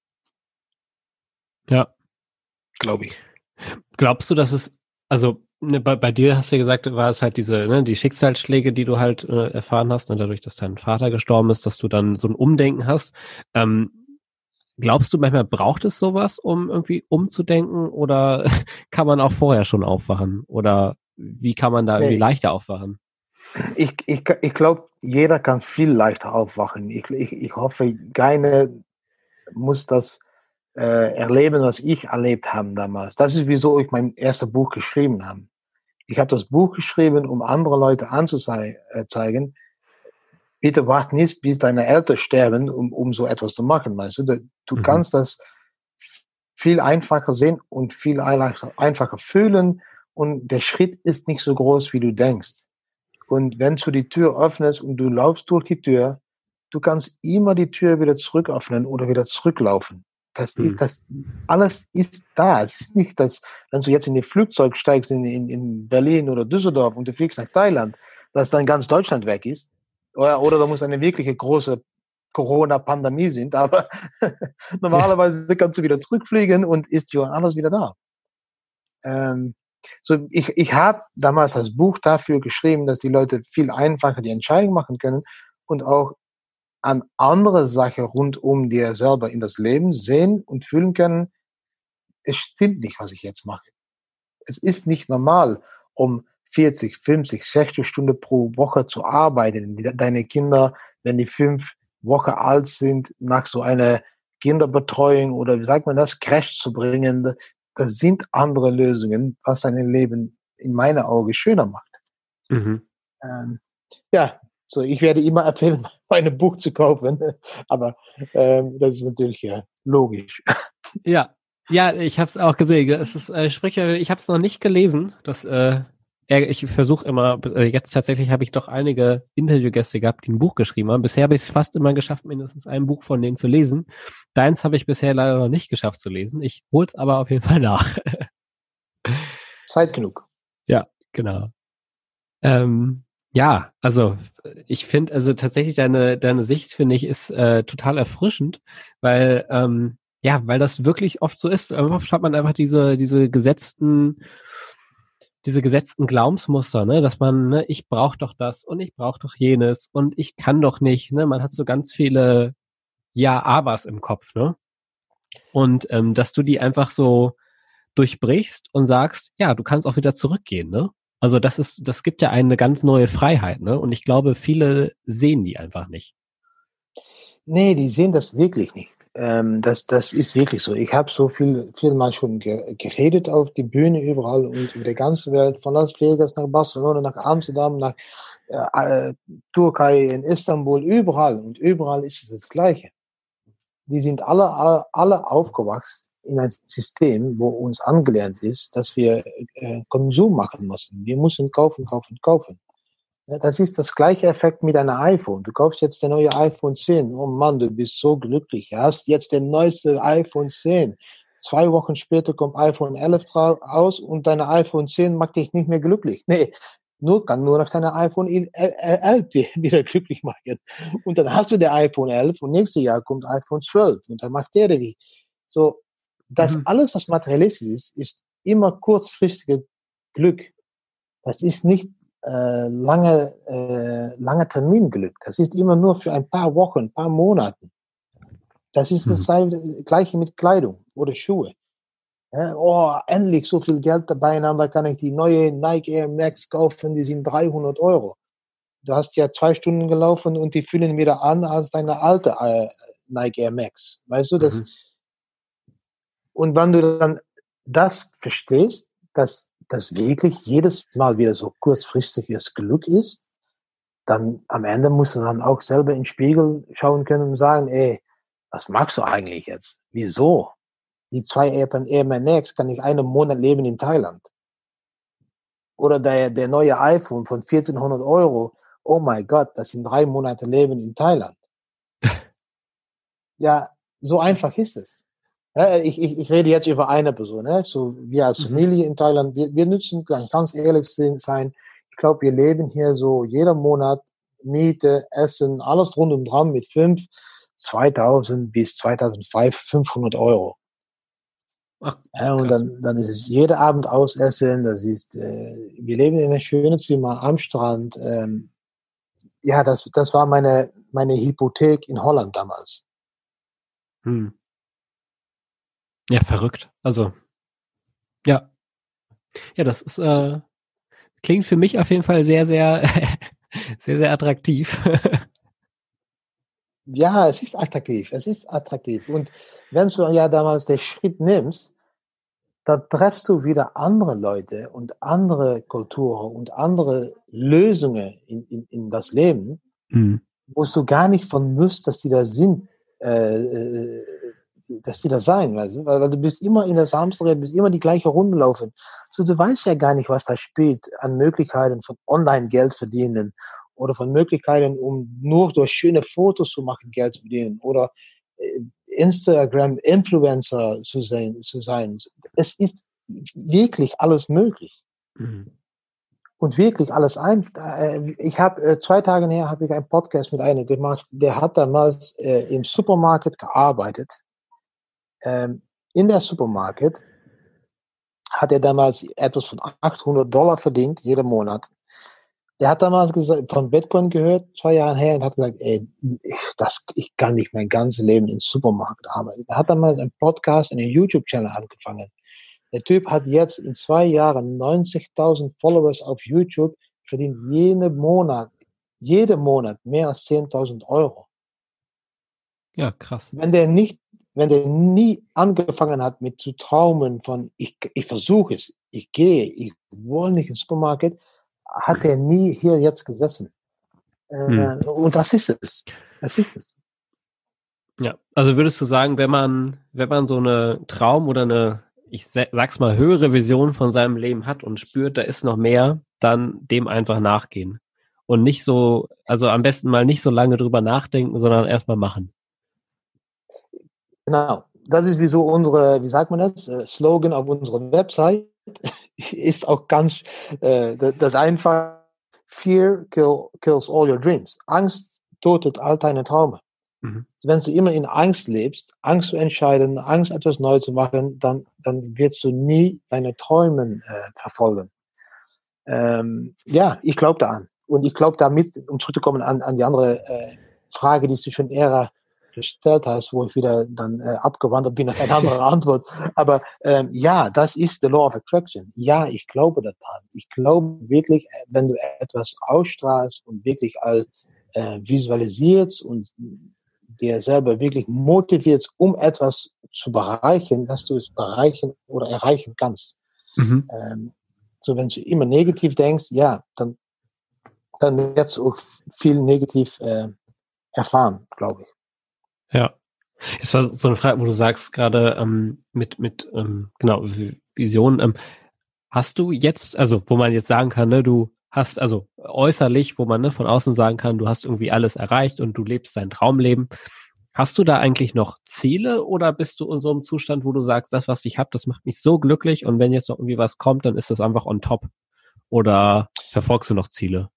Ja. glaube ich. Glaubst du, dass es, also ne, bei, bei dir hast du ja gesagt, war es halt diese, ne, die Schicksalsschläge, die du halt äh, erfahren hast, und dadurch, dass dein Vater gestorben ist, dass du dann so ein Umdenken hast. Ähm, glaubst du, manchmal braucht es sowas, um irgendwie umzudenken, oder kann man auch vorher schon aufwachen? Oder wie kann man da irgendwie Nee, leichter aufwachen? ich, ich, ich glaube, jeder kann viel leichter aufwachen. Ich, ich, ich hoffe, keiner muss das äh, erleben, was ich erlebt habe damals. Das ist, wieso ich mein erstes Buch geschrieben habe. Ich habe das Buch geschrieben, um andere Leute anzuzeigen, bitte wart nicht, bis deine Eltern sterben, um, um so etwas zu machen. Weißt du, du Mhm. kannst das viel einfacher sehen und viel einfacher fühlen und der Schritt ist nicht so groß, wie du denkst. Und wenn du die Tür öffnest und du laufst durch die Tür, du kannst immer die Tür wieder zurück öffnen oder wieder zurücklaufen. Das Mhm. ist, das, alles ist da. Es ist nicht, dass, wenn du jetzt in die Flugzeug steigst in, in, in Berlin oder Düsseldorf und du fliegst nach Thailand, dass dann ganz Deutschland weg ist. Oder, oder da muss eine wirkliche große Corona-Pandemie sind, aber Ja. normalerweise kannst du wieder zurückfliegen und ist schon alles wieder da. Ähm, so ich, ich habe damals das Buch dafür geschrieben, dass die Leute viel einfacher die Entscheidung machen können und auch an andere Sachen rund um dir selber in das Leben sehen und fühlen können, es stimmt nicht, was ich jetzt mache. Es ist nicht normal, um vierzig, fünfzig, sechzig Stunden pro Woche zu arbeiten. Deine Kinder, wenn die fünf Wochen alt sind, nach so einer Kinderbetreuung oder wie sagt man das, Crash zu bringen, das sind andere Lösungen, was dein Leben in meinen Augen schöner macht. Mhm. Ähm, ja, so ich werde immer empfehlen, mein Buch zu kaufen, aber ähm, das ist natürlich ja logisch. Ja, ja, ich habe es auch gesehen. Es ist, äh, sprich, ich habe es noch nicht gelesen. Das, äh, ich versuche immer. Äh, jetzt tatsächlich habe ich doch einige Interviewgäste gehabt, die ein Buch geschrieben haben. Bisher habe ich es fast immer geschafft, mindestens ein Buch von denen zu lesen. Deins habe ich bisher leider noch nicht geschafft zu lesen. Ich hol's aber auf jeden Fall nach. Zeit genug. Ja, genau. Ähm, ja, also ich finde, also tatsächlich deine deine Sicht finde ich ist äh, total erfrischend, weil ähm, ja, weil das wirklich oft so ist. Oft hat man einfach diese diese gesetzten diese gesetzten Glaubensmuster, ne, dass man, ne, ich brauche doch das und ich brauche doch jenes und ich kann doch nicht, ne, man hat so ganz viele Ja-Abers im Kopf, ne, und ähm, dass du die einfach so durchbrichst und sagst, ja, du kannst auch wieder zurückgehen, ne? Also das ist, das gibt ja eine ganz neue Freiheit, ne? Und ich glaube, viele sehen die einfach nicht. Nee, die sehen das wirklich nicht. Ähm, das, das ist wirklich so. Ich habe so viel, viel mal schon ge geredet auf die Bühne überall und über die ganze Welt, von Las Vegas nach Barcelona, nach Amsterdam, nach äh, Türkei, in Istanbul, überall. Und überall ist es das Gleiche. Die sind alle, alle, alle aufgewachsen in ein System, wo uns angelernt ist, dass wir äh, Konsum machen müssen. Wir müssen kaufen, kaufen, kaufen. Ja, das ist das gleiche Effekt mit einem iPhone. Du kaufst jetzt der neue iPhone zehn. Oh Mann, du bist so glücklich. Du hast jetzt den neueste iPhone zehn. Zwei Wochen später kommt iPhone elf raus und deine iPhone zehn macht dich nicht mehr glücklich. Nee, nur kann nur noch deine iPhone elf wieder glücklich machen. Und dann hast du der iPhone elf und nächstes Jahr kommt iPhone zwölf und dann macht der wie. So, das Mhm. alles, was materialistisch ist, ist immer kurzfristiges Glück. Das ist nicht äh, lange, äh, lange Terminglück. Das ist immer nur für ein paar Wochen, ein paar Monate. Das ist das Gleiche mit Kleidung oder Schuhe. Ja, oh, endlich so viel Geld beieinander, kann ich die neue Nike Air Max kaufen, die sind dreihundert Euro. Du hast ja zwei Stunden gelaufen und die fühlen wieder an als deine alte äh, Nike Air Max. Weißt du, das, Mhm. und wenn du dann das verstehst, dass das wirklich jedes Mal wieder so kurzfristiges Glück ist, dann am Ende musst du dann auch selber in den Spiegel schauen können und sagen, ey, was magst du eigentlich jetzt? Wieso? Die zwei Air Max kann ich einen Monat leben in Thailand. Oder der, der neue iPhone von vierzehnhundert Euro. Oh mein Gott, das sind drei Monate Leben in Thailand. Ja, so einfach ist es. Ja, ich, ich, ich rede jetzt über eine Person. Ne? So, wir als Mhm. Familie in Thailand, wir, wir nützen, kann ich ganz ehrlich sein, ich glaube, wir leben hier so jeder Monat Miete, Essen, alles rund und dran mit fünf, zweitausend bis zweitausendfünfhundert Euro. Ach, Ja, und krass. dann, dann ist es jeder Abend ausessen. Das ist, äh, wir leben in einem schönen Zimmer am Strand. Ähm, ja, das, das war meine, meine Hypothek in Holland damals. Hm. Ja, verrückt. Also, ja. Ja, das ist, äh, klingt für mich auf jeden Fall sehr, sehr, sehr, sehr attraktiv. Ja, es ist attraktiv. Es ist attraktiv. Und wenn du ja damals den Schritt nimmst, dann triffst du wieder andere Leute und andere Kulturen und andere Lösungen in, in, in das Leben, Mhm. wo du gar nicht von wüsst, dass die da sind, äh, äh, dass die da sein, weißt du? Weil, weil du bist immer in das Hamsterrad, bist immer die gleiche Runde laufen. So, du weißt ja gar nicht, was da spielt an Möglichkeiten von Online-Geld verdienen oder von Möglichkeiten, um nur durch schöne Fotos zu machen, Geld zu verdienen oder äh, Instagram-Influencer zu sein, zu sein. Es ist wirklich alles möglich. Mhm. Und wirklich alles ein. Ich habe äh, zwei Tage her habe ich einen Podcast mit einem gemacht, der hat damals äh, im Supermarkt gearbeitet. Ähm, in der Supermarkt hat er damals etwas von achthundert Dollar verdient, jeden Monat. der hat damals gesagt, von Bitcoin gehört, zwei Jahre her, und hat gesagt, ey, ich, das, ich kann nicht mein ganzes Leben im Supermarkt arbeiten. Er hat damals einen Podcast, einen YouTube-Channel angefangen. Der Typ hat jetzt in zwei Jahren neunzigtausend Followers auf YouTube, verdient jeden Monat, jeden Monat mehr als zehntausend Euro. Ja, krass. Wenn der nicht, wenn der nie angefangen hat mit zu träumen von, ich, ich versuche es, ich gehe, ich will nicht ins Supermarkt, hat er nie hier jetzt gesessen. Hm. Äh, und das ist es. Das ist es. Ja, also würdest du sagen, wenn man, wenn man so eine Traum oder eine, ich sag's mal, höhere Vision von seinem Leben hat und spürt, da ist noch mehr, dann dem einfach nachgehen. Und nicht so, also am besten mal nicht so lange drüber nachdenken, sondern erstmal machen. Genau. Das ist wie so unsere, wie sagt man das, äh, Slogan auf unserer Website. Ist auch ganz, äh, das einfach, Fear kill, kills all your dreams. Angst tötet all deine Träume. Mhm. Wenn du immer in Angst lebst, Angst zu entscheiden, Angst etwas neu zu machen, dann, dann wirst du nie deine Träume äh, verfolgen. Ähm, ja, ich glaube daran. Und ich glaube damit, um zurückzukommen an, an die andere äh, Frage, die du schon eher gestellt hast, wo ich wieder dann äh, abgewandert bin auf eine andere Antwort. Aber ähm, ja, das ist the Law of Attraction. Ja, ich glaube daran. Ich glaube wirklich, wenn du etwas ausstrahlst und wirklich all äh, visualisierst und dir selber wirklich motivierst, um etwas zu bereichen, dass du es bereichen oder erreichen kannst. Mhm. Ähm, so, wenn du immer negativ denkst, ja, dann, dann wirst du auch viel negativ äh, erfahren, glaube ich. Ja. Es war so eine Frage, wo du sagst gerade ähm, mit, mit ähm, genau, Visionen. Ähm, hast du jetzt, also wo man jetzt sagen kann, ne, du hast, also äußerlich, wo man ne, von außen sagen kann, du hast irgendwie alles erreicht und du lebst dein Traumleben. Hast du da eigentlich noch Ziele oder bist du in so einem Zustand, wo du sagst, das, was ich habe, das macht mich so glücklich und wenn jetzt noch irgendwie was kommt, dann ist das einfach on top? Oder verfolgst du noch Ziele?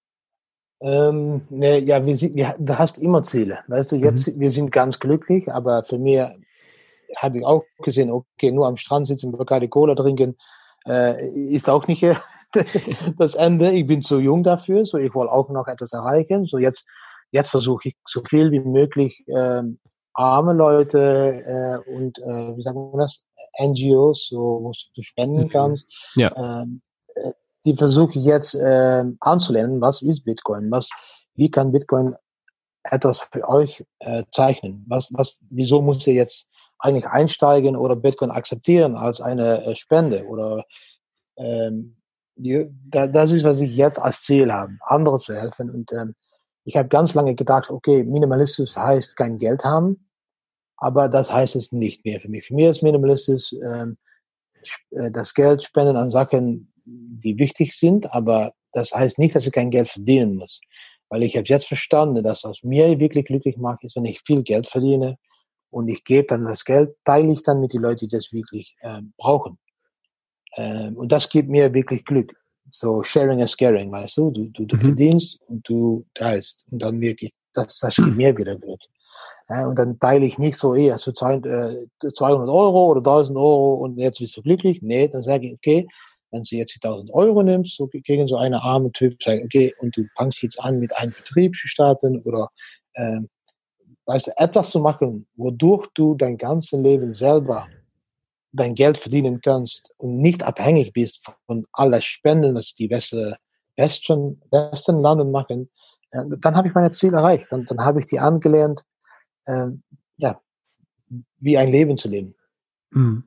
Ähm, ne, ja, wir sind, wir, du hast immer Ziele. Weißt du, jetzt, mhm. wir sind ganz glücklich, aber für mich habe ich auch gesehen, okay, nur am Strand sitzen, Bacardi Cola trinken, äh, ist auch nicht äh, das Ende. Ich bin zu jung dafür, so ich will auch noch etwas erreichen. So jetzt, jetzt versuche ich so viel wie möglich ähm, arme Leute äh, und äh, wie sagt man das, N G Os, so wo du spenden kannst. Ja. Ähm, äh, die versuche ich jetzt äh, anzulernen, was ist Bitcoin, was, wie kann Bitcoin etwas für euch äh, zeichnen, was, was, wieso muss ihr jetzt eigentlich einsteigen oder Bitcoin akzeptieren als eine äh, Spende oder ähm, die, da, das ist, was ich jetzt als Ziel habe, andere zu helfen und ähm, ich habe ganz lange gedacht, okay, Minimalismus heißt kein Geld haben, aber das heißt es nicht mehr für mich. Für mich ist Minimalismus ähm, das Geld spenden an Sachen, die wichtig sind, aber das heißt nicht, dass ich kein Geld verdienen muss. Weil ich habe jetzt verstanden, dass was mir wirklich glücklich macht, ist, wenn ich viel Geld verdiene und ich gebe dann das Geld, teile ich dann mit den Leuten, die das wirklich ähm, brauchen. Ähm, und das gibt mir wirklich Glück. So sharing is caring, weißt du? Du, du, du mhm. verdienst und du teilst. Und dann wirklich, das, das gibt mir wieder Glück. Ja, und dann teile ich nicht so, eh, hast du zweihundert Euro oder tausend Euro und jetzt bist du glücklich. Nee, dann sage ich, okay, wenn du jetzt die tausend Euro nimmst, so gegen so einen armen Typ, sage ich, okay, und du fängst jetzt an, mit einem Betrieb zu starten oder, ähm, weißt du, etwas zu machen, wodurch du dein ganzes Leben selber dein Geld verdienen kannst und nicht abhängig bist von aller Spenden, was die besten, besten, besten Landen machen, äh, dann habe ich meine Ziele erreicht. Dann, dann habe ich die angelernt, ähm, ja, wie ein Leben zu leben. Mhm.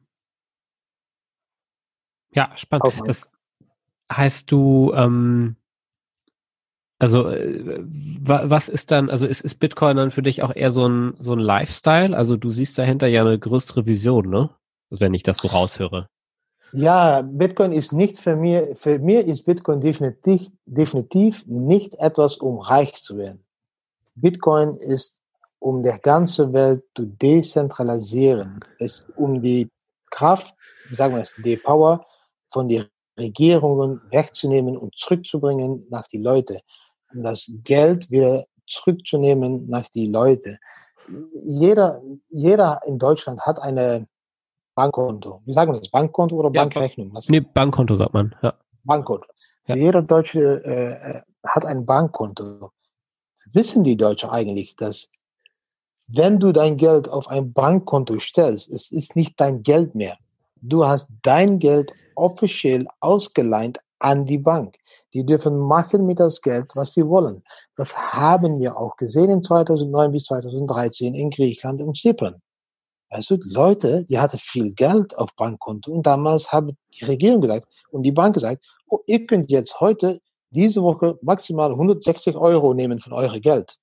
Ja, spannend. Das heißt, du, ähm, also äh, was ist dann, also ist, ist Bitcoin dann für dich auch eher so ein so ein Lifestyle? Also du siehst dahinter ja eine größere Vision, ne? Wenn ich das so raushöre. Ja, Bitcoin ist nicht für mich, für mich ist Bitcoin definitiv, definitiv nicht etwas, um reich zu werden. Bitcoin ist, um der ganze Welt zu dezentralisieren. Es ist um die Kraft, wie sagen wir das, die Power von den Regierungen wegzunehmen und zurückzubringen nach die Leute. Um das Geld wieder zurückzunehmen nach die Leute. Jeder, jeder in Deutschland hat eine Bankkonto. Wie sagen wir das? Bankkonto oder ja, Bankrechnung? Was? Nee, Bankkonto sagt man, ja. Bankkonto. So Ja. jeder Deutsche äh, hat ein Bankkonto. Wissen die Deutschen eigentlich, dass wenn du dein Geld auf ein Bankkonto stellst, es ist nicht dein Geld mehr. Du hast dein Geld offiziell ausgeleint an die Bank. Die dürfen machen mit das Geld, was sie wollen. Das haben wir auch gesehen in zweitausendneun bis zweitausenddreizehn in Griechenland und Zypern. Also Leute, die hatten viel Geld auf Bankkonto und damals haben die Regierung gesagt und die Bank gesagt, oh, ihr könnt jetzt heute, diese Woche maximal hundertsechzig Euro nehmen von eurem Geld.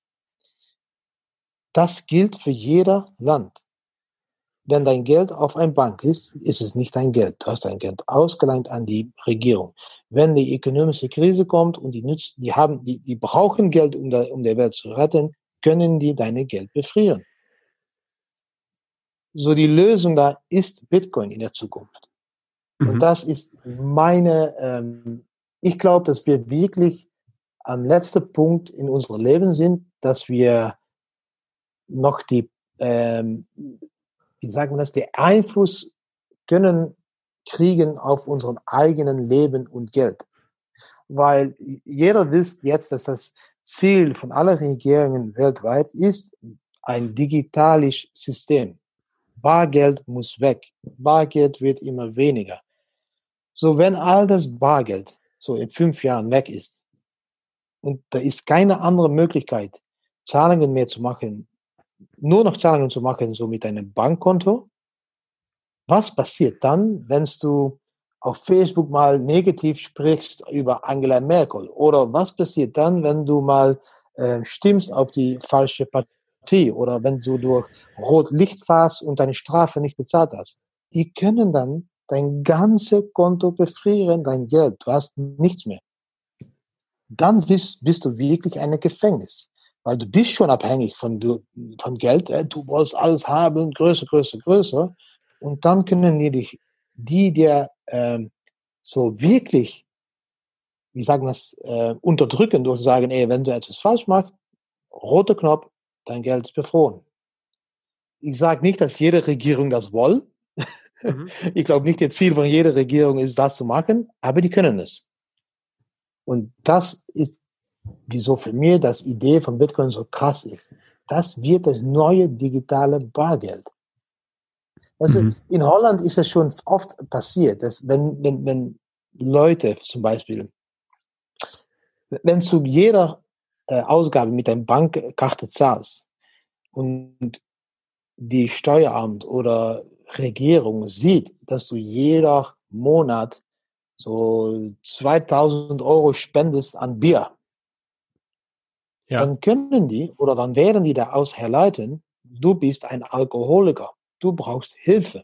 Das gilt für jeder Land. Wenn dein Geld auf einer Bank ist, ist es nicht dein Geld. Du hast dein Geld ausgeleint an die Regierung. Wenn die ökonomische Krise kommt und die, nützt, die, haben, die, die brauchen Geld, um, da, um der Welt zu retten, können die deine Geld befrieren. So die Lösung da ist Bitcoin in der Zukunft. Mhm. Und das ist meine, ähm, ich glaube, dass wir wirklich am letzten Punkt in unserem Leben sind, dass wir noch die, ähm, wie sagen wir das, den Einfluss können kriegen auf unseren eigenen Leben und Geld. Weil jeder wisst jetzt, dass das Ziel von aller Regierungen weltweit ist, ein digitales System. Bargeld muss weg. Bargeld wird immer weniger. So, wenn all das Bargeld so in fünf Jahren weg ist und da ist keine andere Möglichkeit, Zahlungen mehr zu machen, nur noch Zahlungen zu machen, so mit einem Bankkonto, was passiert dann, wenn du auf Facebook mal negativ sprichst über Angela Merkel? Oder was passiert dann, wenn du mal äh, stimmst auf die falsche Partei? Oder wenn du durch rot Licht fährst und deine Strafe nicht bezahlt hast? Die können dann dein ganzes Konto befrieren, dein Geld. Du hast nichts mehr. Dann bist, bist du wirklich ein Gefängnis. Weil du bist schon abhängig von, du, von Geld. Äh, du willst alles haben, größer, größer, größer. Und dann können die dich, die dir ähm, so wirklich, wie sagen wir das, äh, unterdrücken, durch zu sagen, ey, wenn du etwas falsch machst, roter Knopf, dein Geld ist befroren. Ich sage nicht, dass jede Regierung das will. Mhm. Ich glaube nicht, das Ziel von jeder Regierung ist, das zu machen, aber die können es. Und das ist, wieso für mich das Idee von Bitcoin so krass ist. Das wird das neue digitale Bargeld. Also mhm. in Holland ist es schon oft passiert, dass wenn, wenn, wenn Leute zum Beispiel, wenn zu jeder äh, Ausgabe mit einer Bankkarte zahlst und die Steueramt oder Regierung sieht, dass du jeder Monat so zweitausend Euro spendest an Bier, ja. Dann können die oder dann werden die daraus herleiten, du bist ein Alkoholiker, du brauchst Hilfe.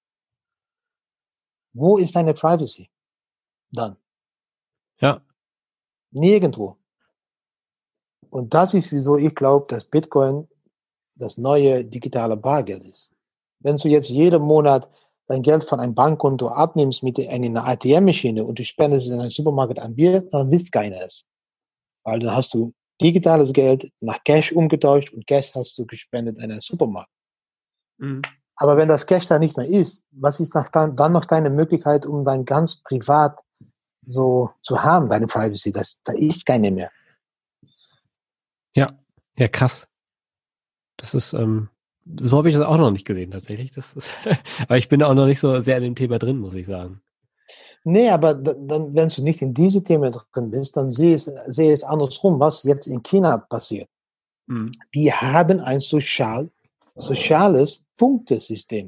Wo ist deine Privacy dann? Ja. Nirgendwo. Und das ist, wieso ich glaube, dass Bitcoin das neue digitale Bargeld ist. Wenn du jetzt jeden Monat dein Geld von einem Bankkonto abnimmst mit einer A T M-Maschine und du spendest es in einem Supermarkt an Bier, dann wisst keiner es. Weil dann hast du digitales Geld nach Cash umgetauscht und Cash hast du gespendet in einem Supermarkt. Mhm. Aber wenn das Cash da nicht mehr ist, was ist dann, dann noch deine Möglichkeit, um dein ganz privat so zu haben, deine Privacy? Das, da ist keine mehr. Ja, ja, krass. Das ist, ähm, so habe ich das auch noch nicht gesehen, tatsächlich. Das ist, aber ich bin auch noch nicht so sehr in dem Thema drin, muss ich sagen. Nee, aber dann, wenn du nicht in diese Themen drin bist, dann sehe ich sehe es andersrum, was jetzt in China passiert. Mhm. Die haben ein sozial, soziales Punktesystem.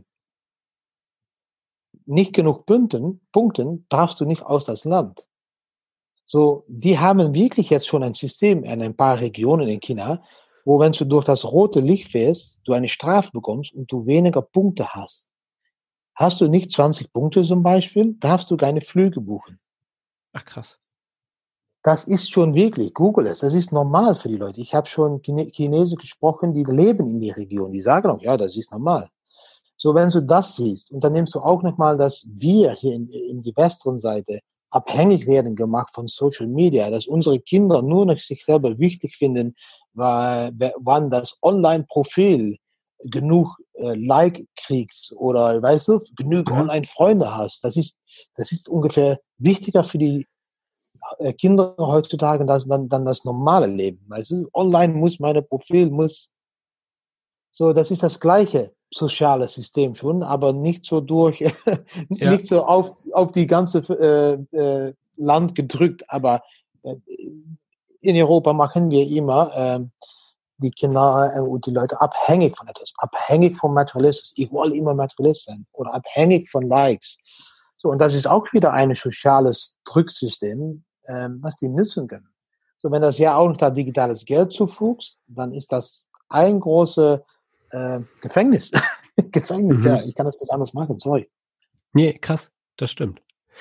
Nicht genug Punkten, Punkten darfst du nicht aus das Land. So, die haben wirklich jetzt schon ein System in ein paar Regionen in China, wo wenn du durch das rote Licht fährst, du eine Strafe bekommst und du weniger Punkte hast. Hast du nicht zwanzig Punkte zum Beispiel, darfst du keine Flüge buchen. Ach krass. Das ist schon wirklich, Google es, das ist normal für die Leute. Ich habe schon Chinesen gesprochen, die leben in der Region, die sagen auch, ja, das ist normal. So, wenn du das siehst, und dann nimmst du auch nochmal, dass wir hier in, in die westeren Seite abhängig werden gemacht von Social Media, dass unsere Kinder nur noch sich selber wichtig finden, weil, wann das Online-Profil genug äh, Like kriegst oder, weißt du, genug mhm. Online-Freunde hast. Das ist, das ist ungefähr wichtiger für die äh, Kinder heutzutage das, dann, dann das normale Leben. Also online muss meine Profil, muss so, das ist das gleiche soziale System schon, aber nicht so durch, Ja. nicht so auf, auf die ganze äh, äh, Land gedrückt. Aber äh, in Europa machen wir immer äh, die Kinder äh, und die Leute abhängig von etwas, abhängig vom Materialismus. Ich will immer Materialist sein oder abhängig von Likes. So, und das ist auch wieder ein soziales Drücksystem, äh, was die nutzen können. So, wenn das ja auch noch da digitales Geld zufügt, dann ist das ein großes äh, Gefängnis. Gefängnis, Mhm. ja, ich kann das nicht anders machen, sorry. Nee, krass, das stimmt.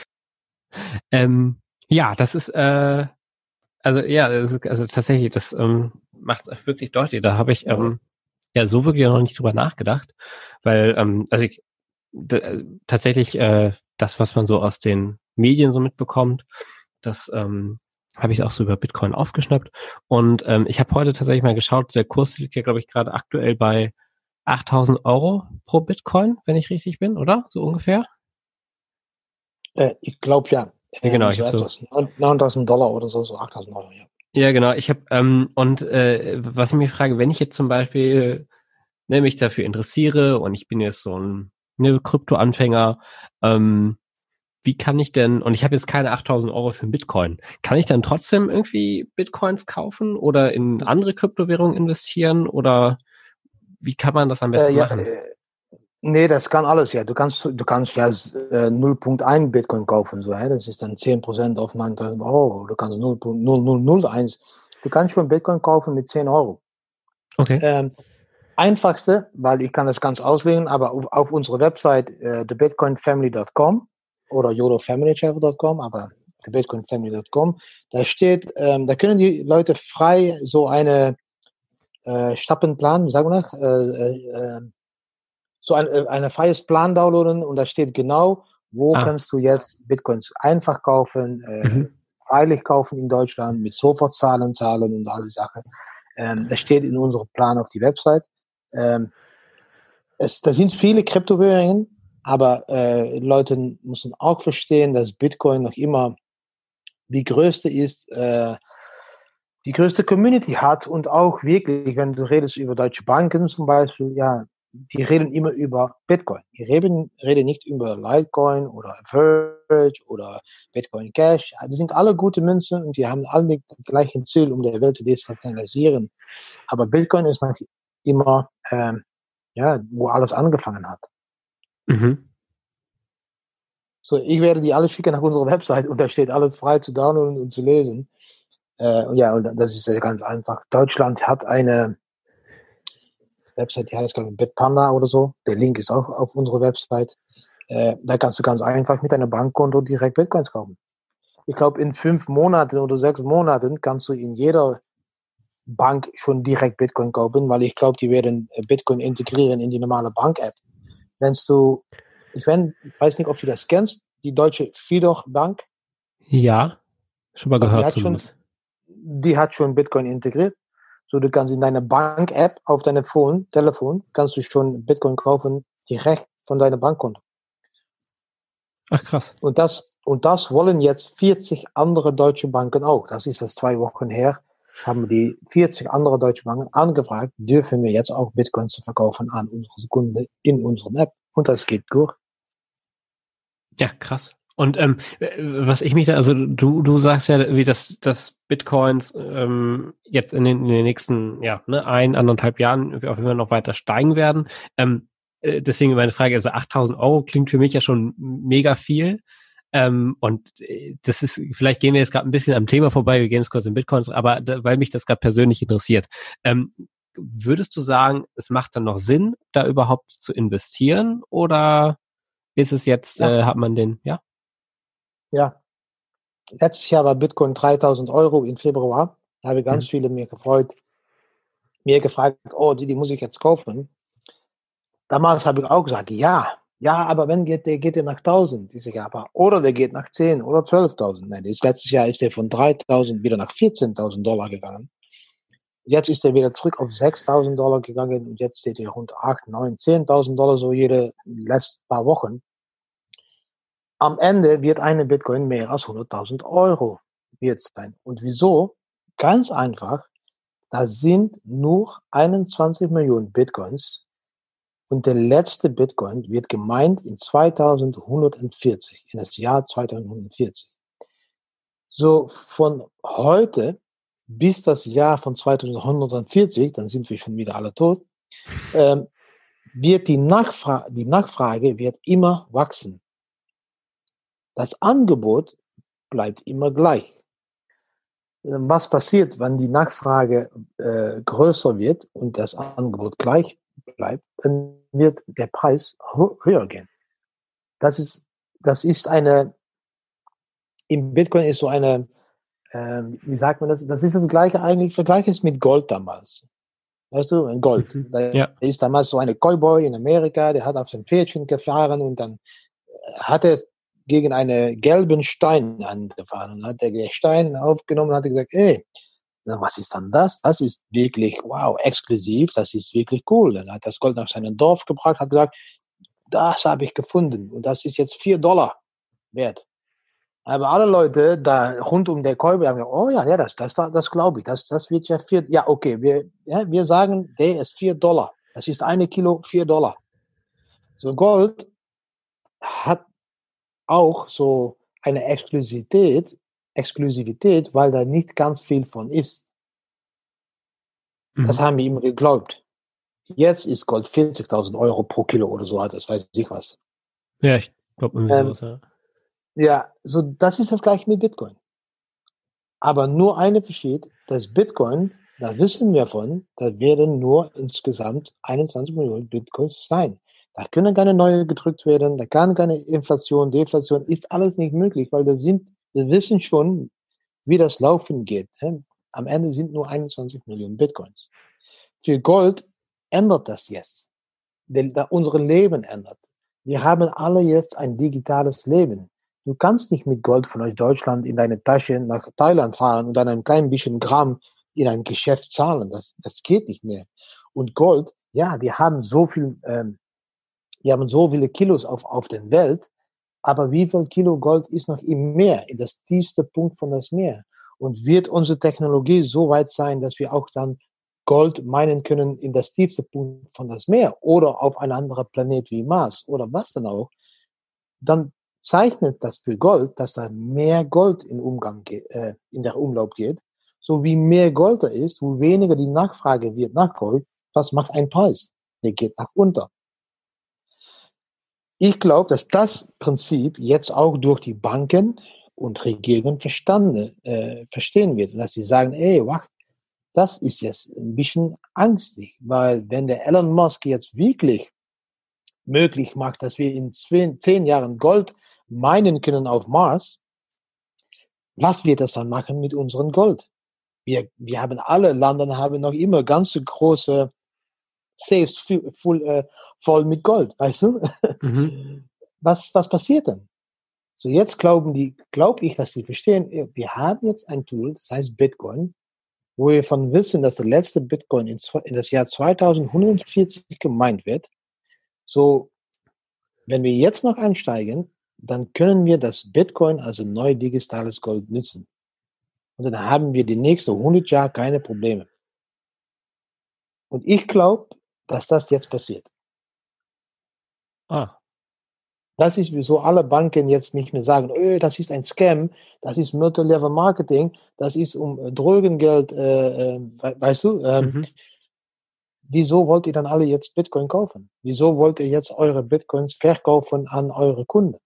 Ähm, ja, das ist, äh, also ja, das ist, also tatsächlich, das ähm, macht es wirklich deutlich. Da habe ich ähm, ja so wirklich noch nicht drüber nachgedacht, weil, ähm, also ich d- tatsächlich äh, das, was man so aus den Medien so mitbekommt, das ähm, habe ich auch so über Bitcoin aufgeschnappt. Und ähm, ich habe heute tatsächlich mal geschaut, der Kurs liegt ja, glaube ich, gerade aktuell bei achttausend Euro pro Bitcoin, wenn ich richtig bin, oder? So ungefähr? Äh, ich glaube ja, Ja, genau, ähm, ich so habe so. etwas. neuntausend Dollar oder so, so achttausend Euro, ja. Ja, genau, ich habe, ähm, und äh, was ich mich frage, wenn ich jetzt zum Beispiel ne, mich dafür interessiere und ich bin jetzt so ein ne, Krypto-Anfänger, ähm, wie kann ich denn, und ich habe jetzt keine achttausend Euro für einen Bitcoin, kann ich dann trotzdem irgendwie Bitcoins kaufen oder in andere Kryptowährungen investieren oder wie kann man das am Äh, besten ja, machen? äh, nee, das kann alles, ja. Du kannst, du kannst ja äh, null Komma eins Bitcoin kaufen, so, ja. Das ist dann zehn Prozent auf neuntausend Euro. Du kannst null Komma null null null eins. Du kannst schon Bitcoin kaufen mit zehn Euro. Okay. Ähm, einfachste, weil ich kann das ganz auslegen, aber auf, auf unserer Website äh, the bitcoin family dot com oder yolo family travel dot com, aber the bitcoin family dot com, da steht, ähm, da können die Leute frei so eine äh, Stappenplan, sagen wir noch, äh, äh, so ein äh, eine freies Plan downloaden und da steht genau, wo Ah, kannst du jetzt Bitcoins einfach kaufen, äh, mhm. freilich kaufen in Deutschland, mit Sofortzahlen zahlen und all die Sachen. Ähm, das steht in unserem Plan auf die Website. Ähm, es, da sind viele Kryptowährungen, aber äh, Leute müssen auch verstehen, dass Bitcoin noch immer die größte ist, äh, die größte Community hat und auch wirklich, wenn du redest über deutsche Banken zum Beispiel, ja, die reden immer über Bitcoin. Die reden, reden nicht über Litecoin oder Verge oder Bitcoin Cash. Die sind alle gute Münzen und die haben alle das gleiche Ziel, um die Welt zu dezentralisieren. Aber Bitcoin ist noch immer, ähm, ja, wo alles angefangen hat. Mhm. So, ich werde die alle schicken nach unserer Website und da steht alles frei zu downloaden und zu lesen. Äh, und ja, und das ist ganz einfach. Deutschland hat eine Website, die heißt, glaube ich, Bitpanda oder so. Der Link ist auch auf unserer Website. Äh, da kannst du ganz einfach mit deinem Bankkonto direkt Bitcoins kaufen. Ich glaube, in fünf Monaten oder sechs Monaten kannst du in jeder Bank schon direkt Bitcoin kaufen, weil ich glaube, die werden Bitcoin integrieren in die normale Bank-App. Wenn du, ich weiß nicht, ob du das kennst, die deutsche Fidor Bank, Ja, schon mal die gehört hat schon, zumindest. die hat schon Bitcoin integriert. So, du kannst in deiner Bank-App auf deinem Phone, Telefon, kannst du schon Bitcoin kaufen, direkt von deinem Bankkonto. Ach krass. Und das, und das wollen jetzt vierzig andere deutsche Banken auch. Das ist jetzt zwei Wochen her, haben die vierzig andere deutsche Banken angefragt, dürfen wir jetzt auch Bitcoin zu verkaufen an unsere Kunden in unserer App. Und das geht durch. Ja, krass. Und ähm, was ich mich da, also du, du sagst ja, wie das, das Bitcoins ähm, jetzt in den, in den nächsten, ja, ne, ein, anderthalb Jahren auf jeden Fall noch weiter steigen werden. Ähm, äh, deswegen meine Frage, also achttausend Euro klingt für mich ja schon mega viel. Ähm, und äh, das ist, vielleicht gehen wir jetzt gerade ein bisschen am Thema vorbei, wir gehen jetzt kurz in Bitcoins, aber da, weil mich das gerade persönlich interessiert. Ähm, würdest du sagen, es macht dann noch Sinn, da überhaupt zu investieren oder ist es jetzt, Ja, äh, hat man den, ja? ja. Letztes Jahr war Bitcoin dreitausend Euro im Februar. Da habe ganz Mhm. viele mir gefreut, mir gefragt, oh, die, die muss ich jetzt kaufen. Damals habe ich auch gesagt, ja, ja, aber wenn geht der, geht der nach tausend? Ich sage, ja, aber, oder der geht nach zehn oder zwölftausend. Nein, das letztes Jahr ist der von dreitausend wieder nach vierzehntausend Dollar gegangen. Jetzt ist er wieder zurück auf sechstausend Dollar gegangen und jetzt steht er rund acht, neun, zehntausend Dollar so jede letzten paar Wochen. Am Ende wird eine Bitcoin mehr als hunderttausend Euro. wird es sein. Und wieso? Ganz einfach, da sind nur einundzwanzig Millionen Bitcoins und der letzte Bitcoin wird gemeint in zweitausendeinhundertvierzig, in das Jahr zweitausendeinhundertvierzig. So von heute bis das Jahr von zweitausendeinhundertvierzig, dann sind wir schon wieder alle tot, ähm, wird die Nachfrage, die Nachfrage wird immer wachsen. Das Angebot bleibt immer gleich. Was passiert, wenn die Nachfrage äh, größer wird und das Angebot gleich bleibt, dann wird der Preis höher gehen. Das ist, das ist eine, im Bitcoin ist so eine, äh, wie sagt man das, das ist das Gleiche eigentlich, vergleich es mit Gold damals. Weißt du, ein Gold. Mhm. Da Ja. ist damals so eine Cowboy in Amerika, der hat auf sein Pferdchen gefahren und dann hat er gegen einen gelben Stein angefahren und hat der Stein aufgenommen und hat gesagt, ey, was ist dann das? Das ist wirklich, wow, exklusiv, das ist wirklich cool. Dann hat das Gold nach seinem Dorf gebracht, hat gesagt, das habe ich gefunden und das ist jetzt vier Dollar wert. Aber alle Leute da rund um der Kolbe haben gesagt, oh ja, ja, das, das, das glaube ich, das, das wird ja vier, ja, okay, wir, ja, wir sagen, der ist vier Dollar. Das ist eine Kilo, vier Dollar. So Gold hat auch so eine Exklusivität, Exklusivität, weil da nicht ganz viel von ist. Das Mhm. haben wir immer geglaubt. Jetzt ist Gold vierzigtausend Euro pro Kilo oder so, das weiß ich was. Ja, ich glaube irgendwie Ähm, sowas, ja. ja, so das ist das gleiche mit Bitcoin. Aber nur eine Unterschied, das Bitcoin, da wissen wir von, da werden nur insgesamt einundzwanzig Millionen Bitcoins sein. Da können keine neue gedrückt werden, da kann keine Inflation, Deflation, ist alles nicht möglich, weil da sind, wir wissen schon, wie das laufen geht. Am Ende sind nur einundzwanzig Millionen Bitcoins. Für Gold ändert das jetzt. Denn da unser Leben ändert. Wir haben alle jetzt ein digitales Leben. Du kannst nicht mit Gold von Deutschland in deine Tasche nach Thailand fahren und dann ein klein bisschen Gramm in ein Geschäft zahlen. Das, das geht nicht mehr. Und Gold, ja, wir haben so viel, ähm, wir haben so viele Kilos auf, auf der Welt, aber wie viel Kilo Gold ist noch im Meer, in das tiefste Punkt von das Meer? Und wird unsere Technologie so weit sein, dass wir auch dann Gold meinen können in das tiefste Punkt von das Meer oder auf ein anderer Planet wie Mars oder was dann auch, dann zeichnet das für Gold, dass da mehr Gold in Umgang geht, äh, in der Umlauf geht. So wie mehr Gold da ist, wo weniger die Nachfrage wird nach Gold, was macht ein Preis? Der geht nach unten. Ich glaube, dass das Prinzip jetzt auch durch die Banken und Regierungen verstanden, äh, verstehen wird. Und dass sie sagen, ey, wacht, das ist jetzt ein bisschen angstig, weil wenn der Elon Musk jetzt wirklich möglich macht, dass wir in zehn, zehn Jahren Gold meinen können auf Mars, was wird das dann machen mit unserem Gold? Wir, wir haben alle Länder haben noch immer ganz große Safes full, full, äh, voll mit Gold, weißt du? Mhm. Was, was passiert dann? So jetzt glauben die, glaube ich, dass die verstehen, wir haben jetzt ein Tool, das heißt Bitcoin, wo wir von wissen, dass der letzte Bitcoin in, in das Jahr zweitausendeinhundertvierzig gemeint wird. So, wenn wir jetzt noch einsteigen, dann können wir das Bitcoin als ein neu digitales Gold nutzen. Und dann haben wir die nächsten hundert Jahre keine Probleme. Und ich glaube, dass das jetzt passiert. Ah. Das ist, wieso alle Banken jetzt nicht mehr sagen, öh, das ist ein Scam, das ist Multilevel-Marketing, das ist um äh, Drogengeld, äh, äh, weißt du, ähm, mhm. Wieso wollt ihr dann alle jetzt Bitcoin kaufen? Wieso wollt ihr jetzt eure Bitcoins verkaufen an eure Kunden?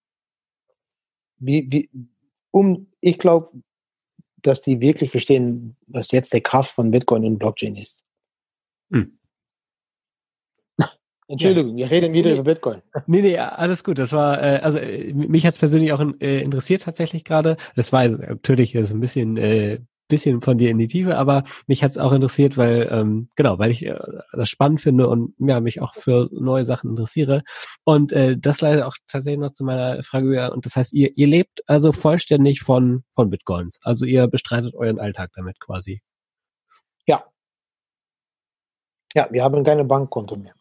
Wie, wie, um, ich glaube, dass die wirklich verstehen, was jetzt der Kraft von Bitcoin und Blockchain ist. Hm. Entschuldigung, ja. Wir reden wieder nee, über Bitcoin. Nee, nee, alles gut. Das war, äh, also äh, mich hat's persönlich auch äh, interessiert tatsächlich gerade. Das war natürlich äh, so ein bisschen, äh, bisschen von dir in die Tiefe, aber mich hat's auch interessiert, weil, ähm, genau, weil ich äh, das spannend finde und ja, mich auch für neue Sachen interessiere. Und äh, das leider auch tatsächlich noch zu meiner Frage. Und das heißt, ihr, ihr lebt also vollständig von, von Bitcoins. Also ihr bestreitet euren Alltag damit quasi. Ja. Ja, wir haben keine Bankkonto mehr.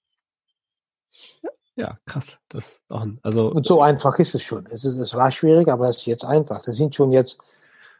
Ja, krass. Das ist auch ein, also und so einfach ist es schon. Es, ist, es war schwierig, aber es ist jetzt einfach. Das sind schon jetzt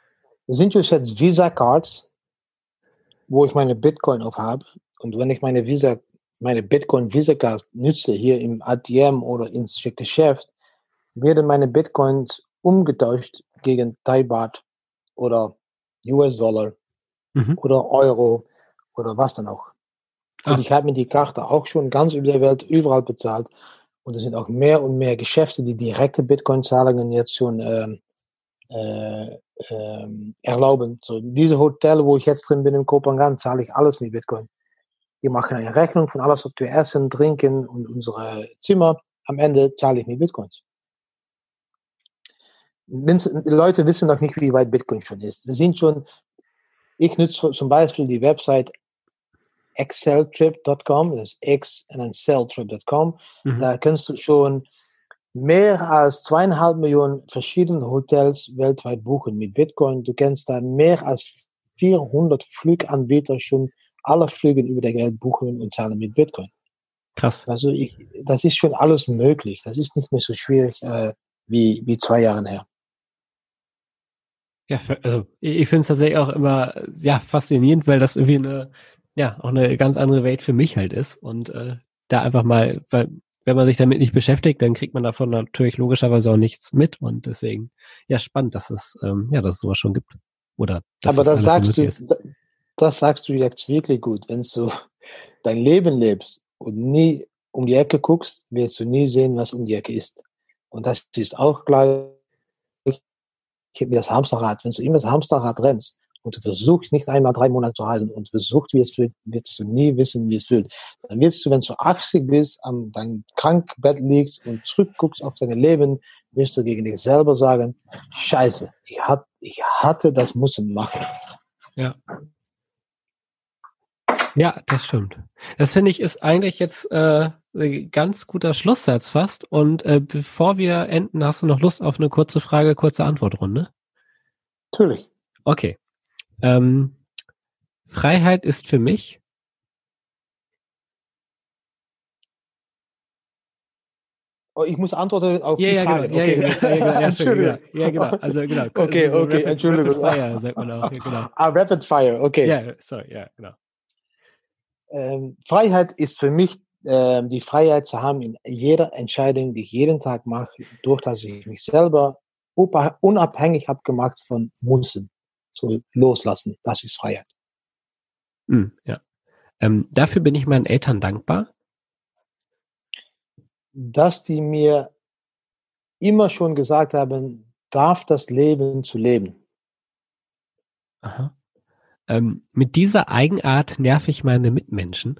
Das sind jetzt Visa-Cards, wo ich meine Bitcoin auf habe. Und wenn ich meine Visa, meine Bitcoin Visa-Card nutze, hier im A T M oder ins Geschäft, werden meine Bitcoins umgetauscht gegen Thai-Baht oder U S-Dollar Mhm. oder Euro oder was dann auch. Und Ah, ich habe mit die Karte auch schon ganz über der Welt überall bezahlt. Und es sind auch mehr und mehr Geschäfte, die direkte Bitcoin-Zahlungen jetzt schon ähm, äh, ähm, erlauben. So, diese Hotel, wo ich jetzt drin bin in Kopenhagen, zahle ich alles mit Bitcoin. Die machen eine Rechnung von alles, was wir essen, trinken und unsere Zimmer. Am Ende zahle ich mit Bitcoins. Die Leute wissen noch nicht, wie weit Bitcoin schon ist. Sie sind schon, ich nutze zum Beispiel die Website exceltrip Punkt com, das ist X und dann celltrip Punkt com. mhm. Da kannst du schon mehr als zweieinhalb Millionen verschiedene Hotels weltweit buchen mit Bitcoin. Du kannst da mehr als vierhundert Fluganbieter schon alle Flüge über der Welt buchen und zahlen mit Bitcoin. Krass. Also ich, das ist schon alles möglich. Das ist nicht mehr so schwierig äh, wie, wie zwei Jahre her. Ja, für- also ich, ich finde es tatsächlich auch immer ja faszinierend, weil das irgendwie eine ja auch eine ganz andere Welt für mich halt ist und äh, da einfach mal, weil wenn man sich damit nicht beschäftigt, dann kriegt man davon natürlich logischerweise auch nichts mit und deswegen ja spannend, dass es ähm, ja dass es sowas schon gibt oder dass Aber das das alles so sagst möglich du, ist. das sagst du jetzt wirklich gut. Wenn du dein Leben lebst und nie um die Ecke guckst, wirst du nie sehen, was um die Ecke ist. Und das ist auch gleich wie das Hamsterrad. Wenn du immer das Hamsterrad rennst und du versuchst nicht einmal drei Monate zu halten und versuchst, wie es fühlt, wirst du nie wissen, wie es fühlt. Dann wirst du, wenn du achtzig bist, an deinem Krankbett liegst und zurückguckst auf dein Leben, wirst du gegen dich selber sagen, Scheiße, ich, hat, ich hatte das müssen machen. Ja. Ja, das stimmt. Das finde ich ist eigentlich jetzt äh, ein ganz guter Schlusssatz fast. Und äh, bevor wir enden, hast du noch Lust auf eine kurze Frage, kurze Antwortrunde? Natürlich. Okay. Ähm, Freiheit ist für mich. Oh, ich muss antworten auf Ja, die ja, genau. Frage. Ja, ja, Okay. genau. Ja, genau. Ja, schon, genau. Entschuldigung. Ja, genau. Also genau. So, Okay, so okay, Rapid, Rapid Entschuldigung. Fire sagt man auch. Ja, genau. Ah, Rapid Fire, okay. Ja, sorry. Ja, genau. Ähm, Freiheit ist für mich ähm, die Freiheit zu haben in jeder Entscheidung, die ich jeden Tag mache, durch dass ich mich selber unabhängig habe gemacht von Müssen. So loslassen, das ist Freiheit. Hm, ja. Ähm, dafür bin ich meinen Eltern dankbar. Dass die mir immer schon gesagt haben, darf das Leben zu leben. Aha. Ähm, mit dieser Eigenart nerv ich meine Mitmenschen.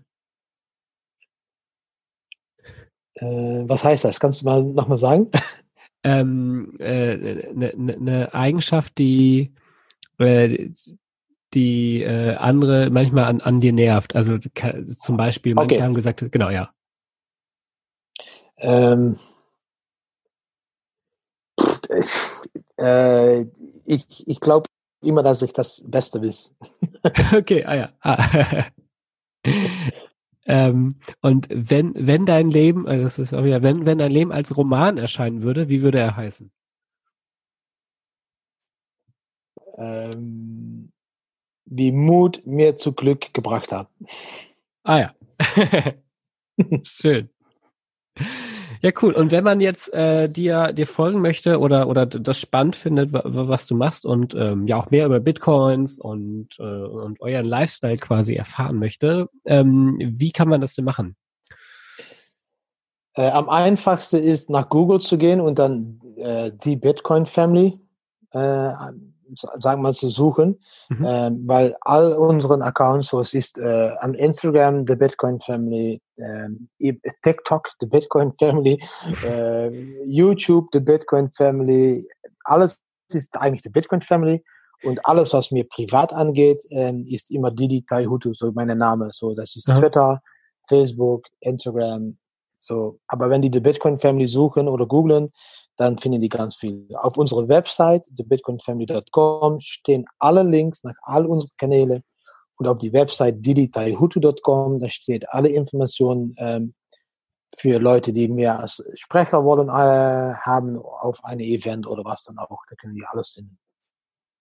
Äh, was heißt das? Kannst du mal nochmal sagen? Ähm, äh, ne, ne, ne Eigenschaft, die äh, die äh, andere manchmal an, an dir nervt. Also ka- zum Beispiel, manche Okay. haben gesagt, genau, ja. Ähm, äh, ich ich glaube immer, dass ich das Beste weiß. Okay, ah ja. Ah. ähm, und wenn, wenn dein Leben, äh, das ist auch wieder, wenn, wenn dein Leben als Roman erscheinen würde, wie würde er heißen? Ähm, wie Mut mir zu Glück gebracht hat. Ah ja. Schön. Ja, cool. Und wenn man jetzt äh, dir dir folgen möchte oder oder das spannend findet, wa- wa- was du machst und ähm, ja auch mehr über Bitcoins und äh, und euren Lifestyle quasi erfahren möchte, ähm, wie kann man das denn machen? Äh, am einfachsten ist, nach Google zu gehen und dann äh, die Bitcoin Family, äh, sagen wir mal, zu suchen, Mhm. äh, weil all unseren Accounts, so es ist äh, an Instagram, The Bitcoin Family, äh, TikTok, The Bitcoin Family, äh, YouTube, The Bitcoin Family, alles ist eigentlich The Bitcoin Family. Und alles, was mir privat angeht, äh, ist immer Didi Taihutu, so mein Name. So, das ist Aha. Twitter, Facebook, Instagram. So, aber wenn die The Bitcoin Family suchen oder googlen, dann finden die ganz viel. Auf unserer Website, the bitcoin family Punkt com, stehen alle Links nach all unseren Kanälen. Und auf die Website didi taihutu Punkt com, da steht alle Informationen ähm, für Leute, die mehr als Sprecher wollen äh, haben auf ein Event oder was dann auch. Da können die alles finden.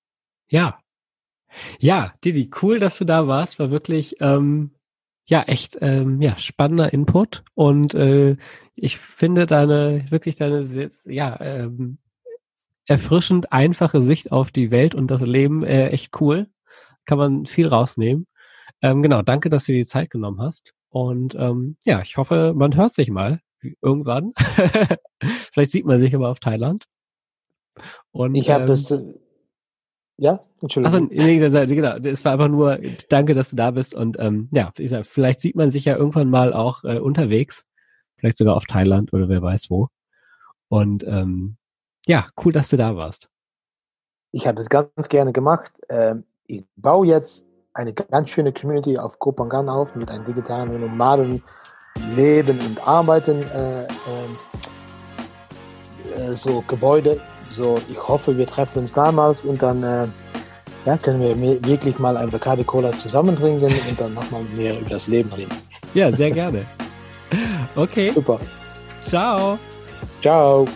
Ja. Ja, Didi, cool, dass du da warst. War wirklich, ähm, ja, echt, ähm, ja, spannender Input. Und äh, ich finde deine, wirklich deine, sehr- ja, ähm, erfrischend einfache Sicht auf die Welt und das Leben äh, echt cool. Kann man viel rausnehmen. Ähm, genau, danke, dass du dir die Zeit genommen hast. Und ähm, ja, ich hoffe, man hört sich mal irgendwann. Vielleicht sieht man sich aber auf Thailand. Und Ich habe ähm, es, äh, ja, achso, Entschuldigung. nee, das, genau, es war einfach nur, danke, dass du da bist. Und ähm, ja, wie gesagt, vielleicht sieht man sich ja irgendwann mal auch äh, unterwegs. Vielleicht sogar auf Thailand oder wer weiß wo. Und ähm, ja, cool, dass du da warst. Ich habe das ganz gerne gemacht. Ähm, ich baue jetzt eine ganz schöne Community auf Koh Phangan auf mit einem digitalen Nomaden Leben und Arbeiten äh, ähm, äh, so Gebäude. So, ich hoffe, wir treffen uns damals und dann äh, ja, können wir wirklich mal ein Bacardi Cola zusammen trinken und dann nochmal mehr über das Leben reden. Ja, sehr gerne. Okay. Super. Ciao. Ciao.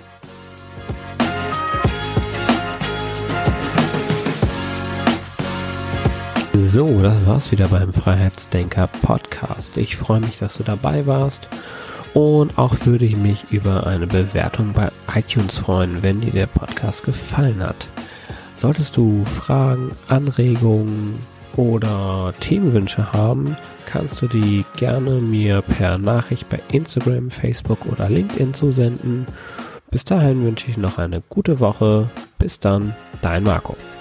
So, das war's wieder beim Freiheitsdenker Podcast. Ich freue mich, dass du dabei warst und auch würde ich mich über eine Bewertung bei iTunes freuen, wenn dir der Podcast gefallen hat. Solltest du Fragen, Anregungen oder Themenwünsche haben, kannst du die gerne mir per Nachricht bei Instagram, Facebook oder LinkedIn zusenden. Bis dahin wünsche ich noch eine gute Woche. Bis dann, dein Marco.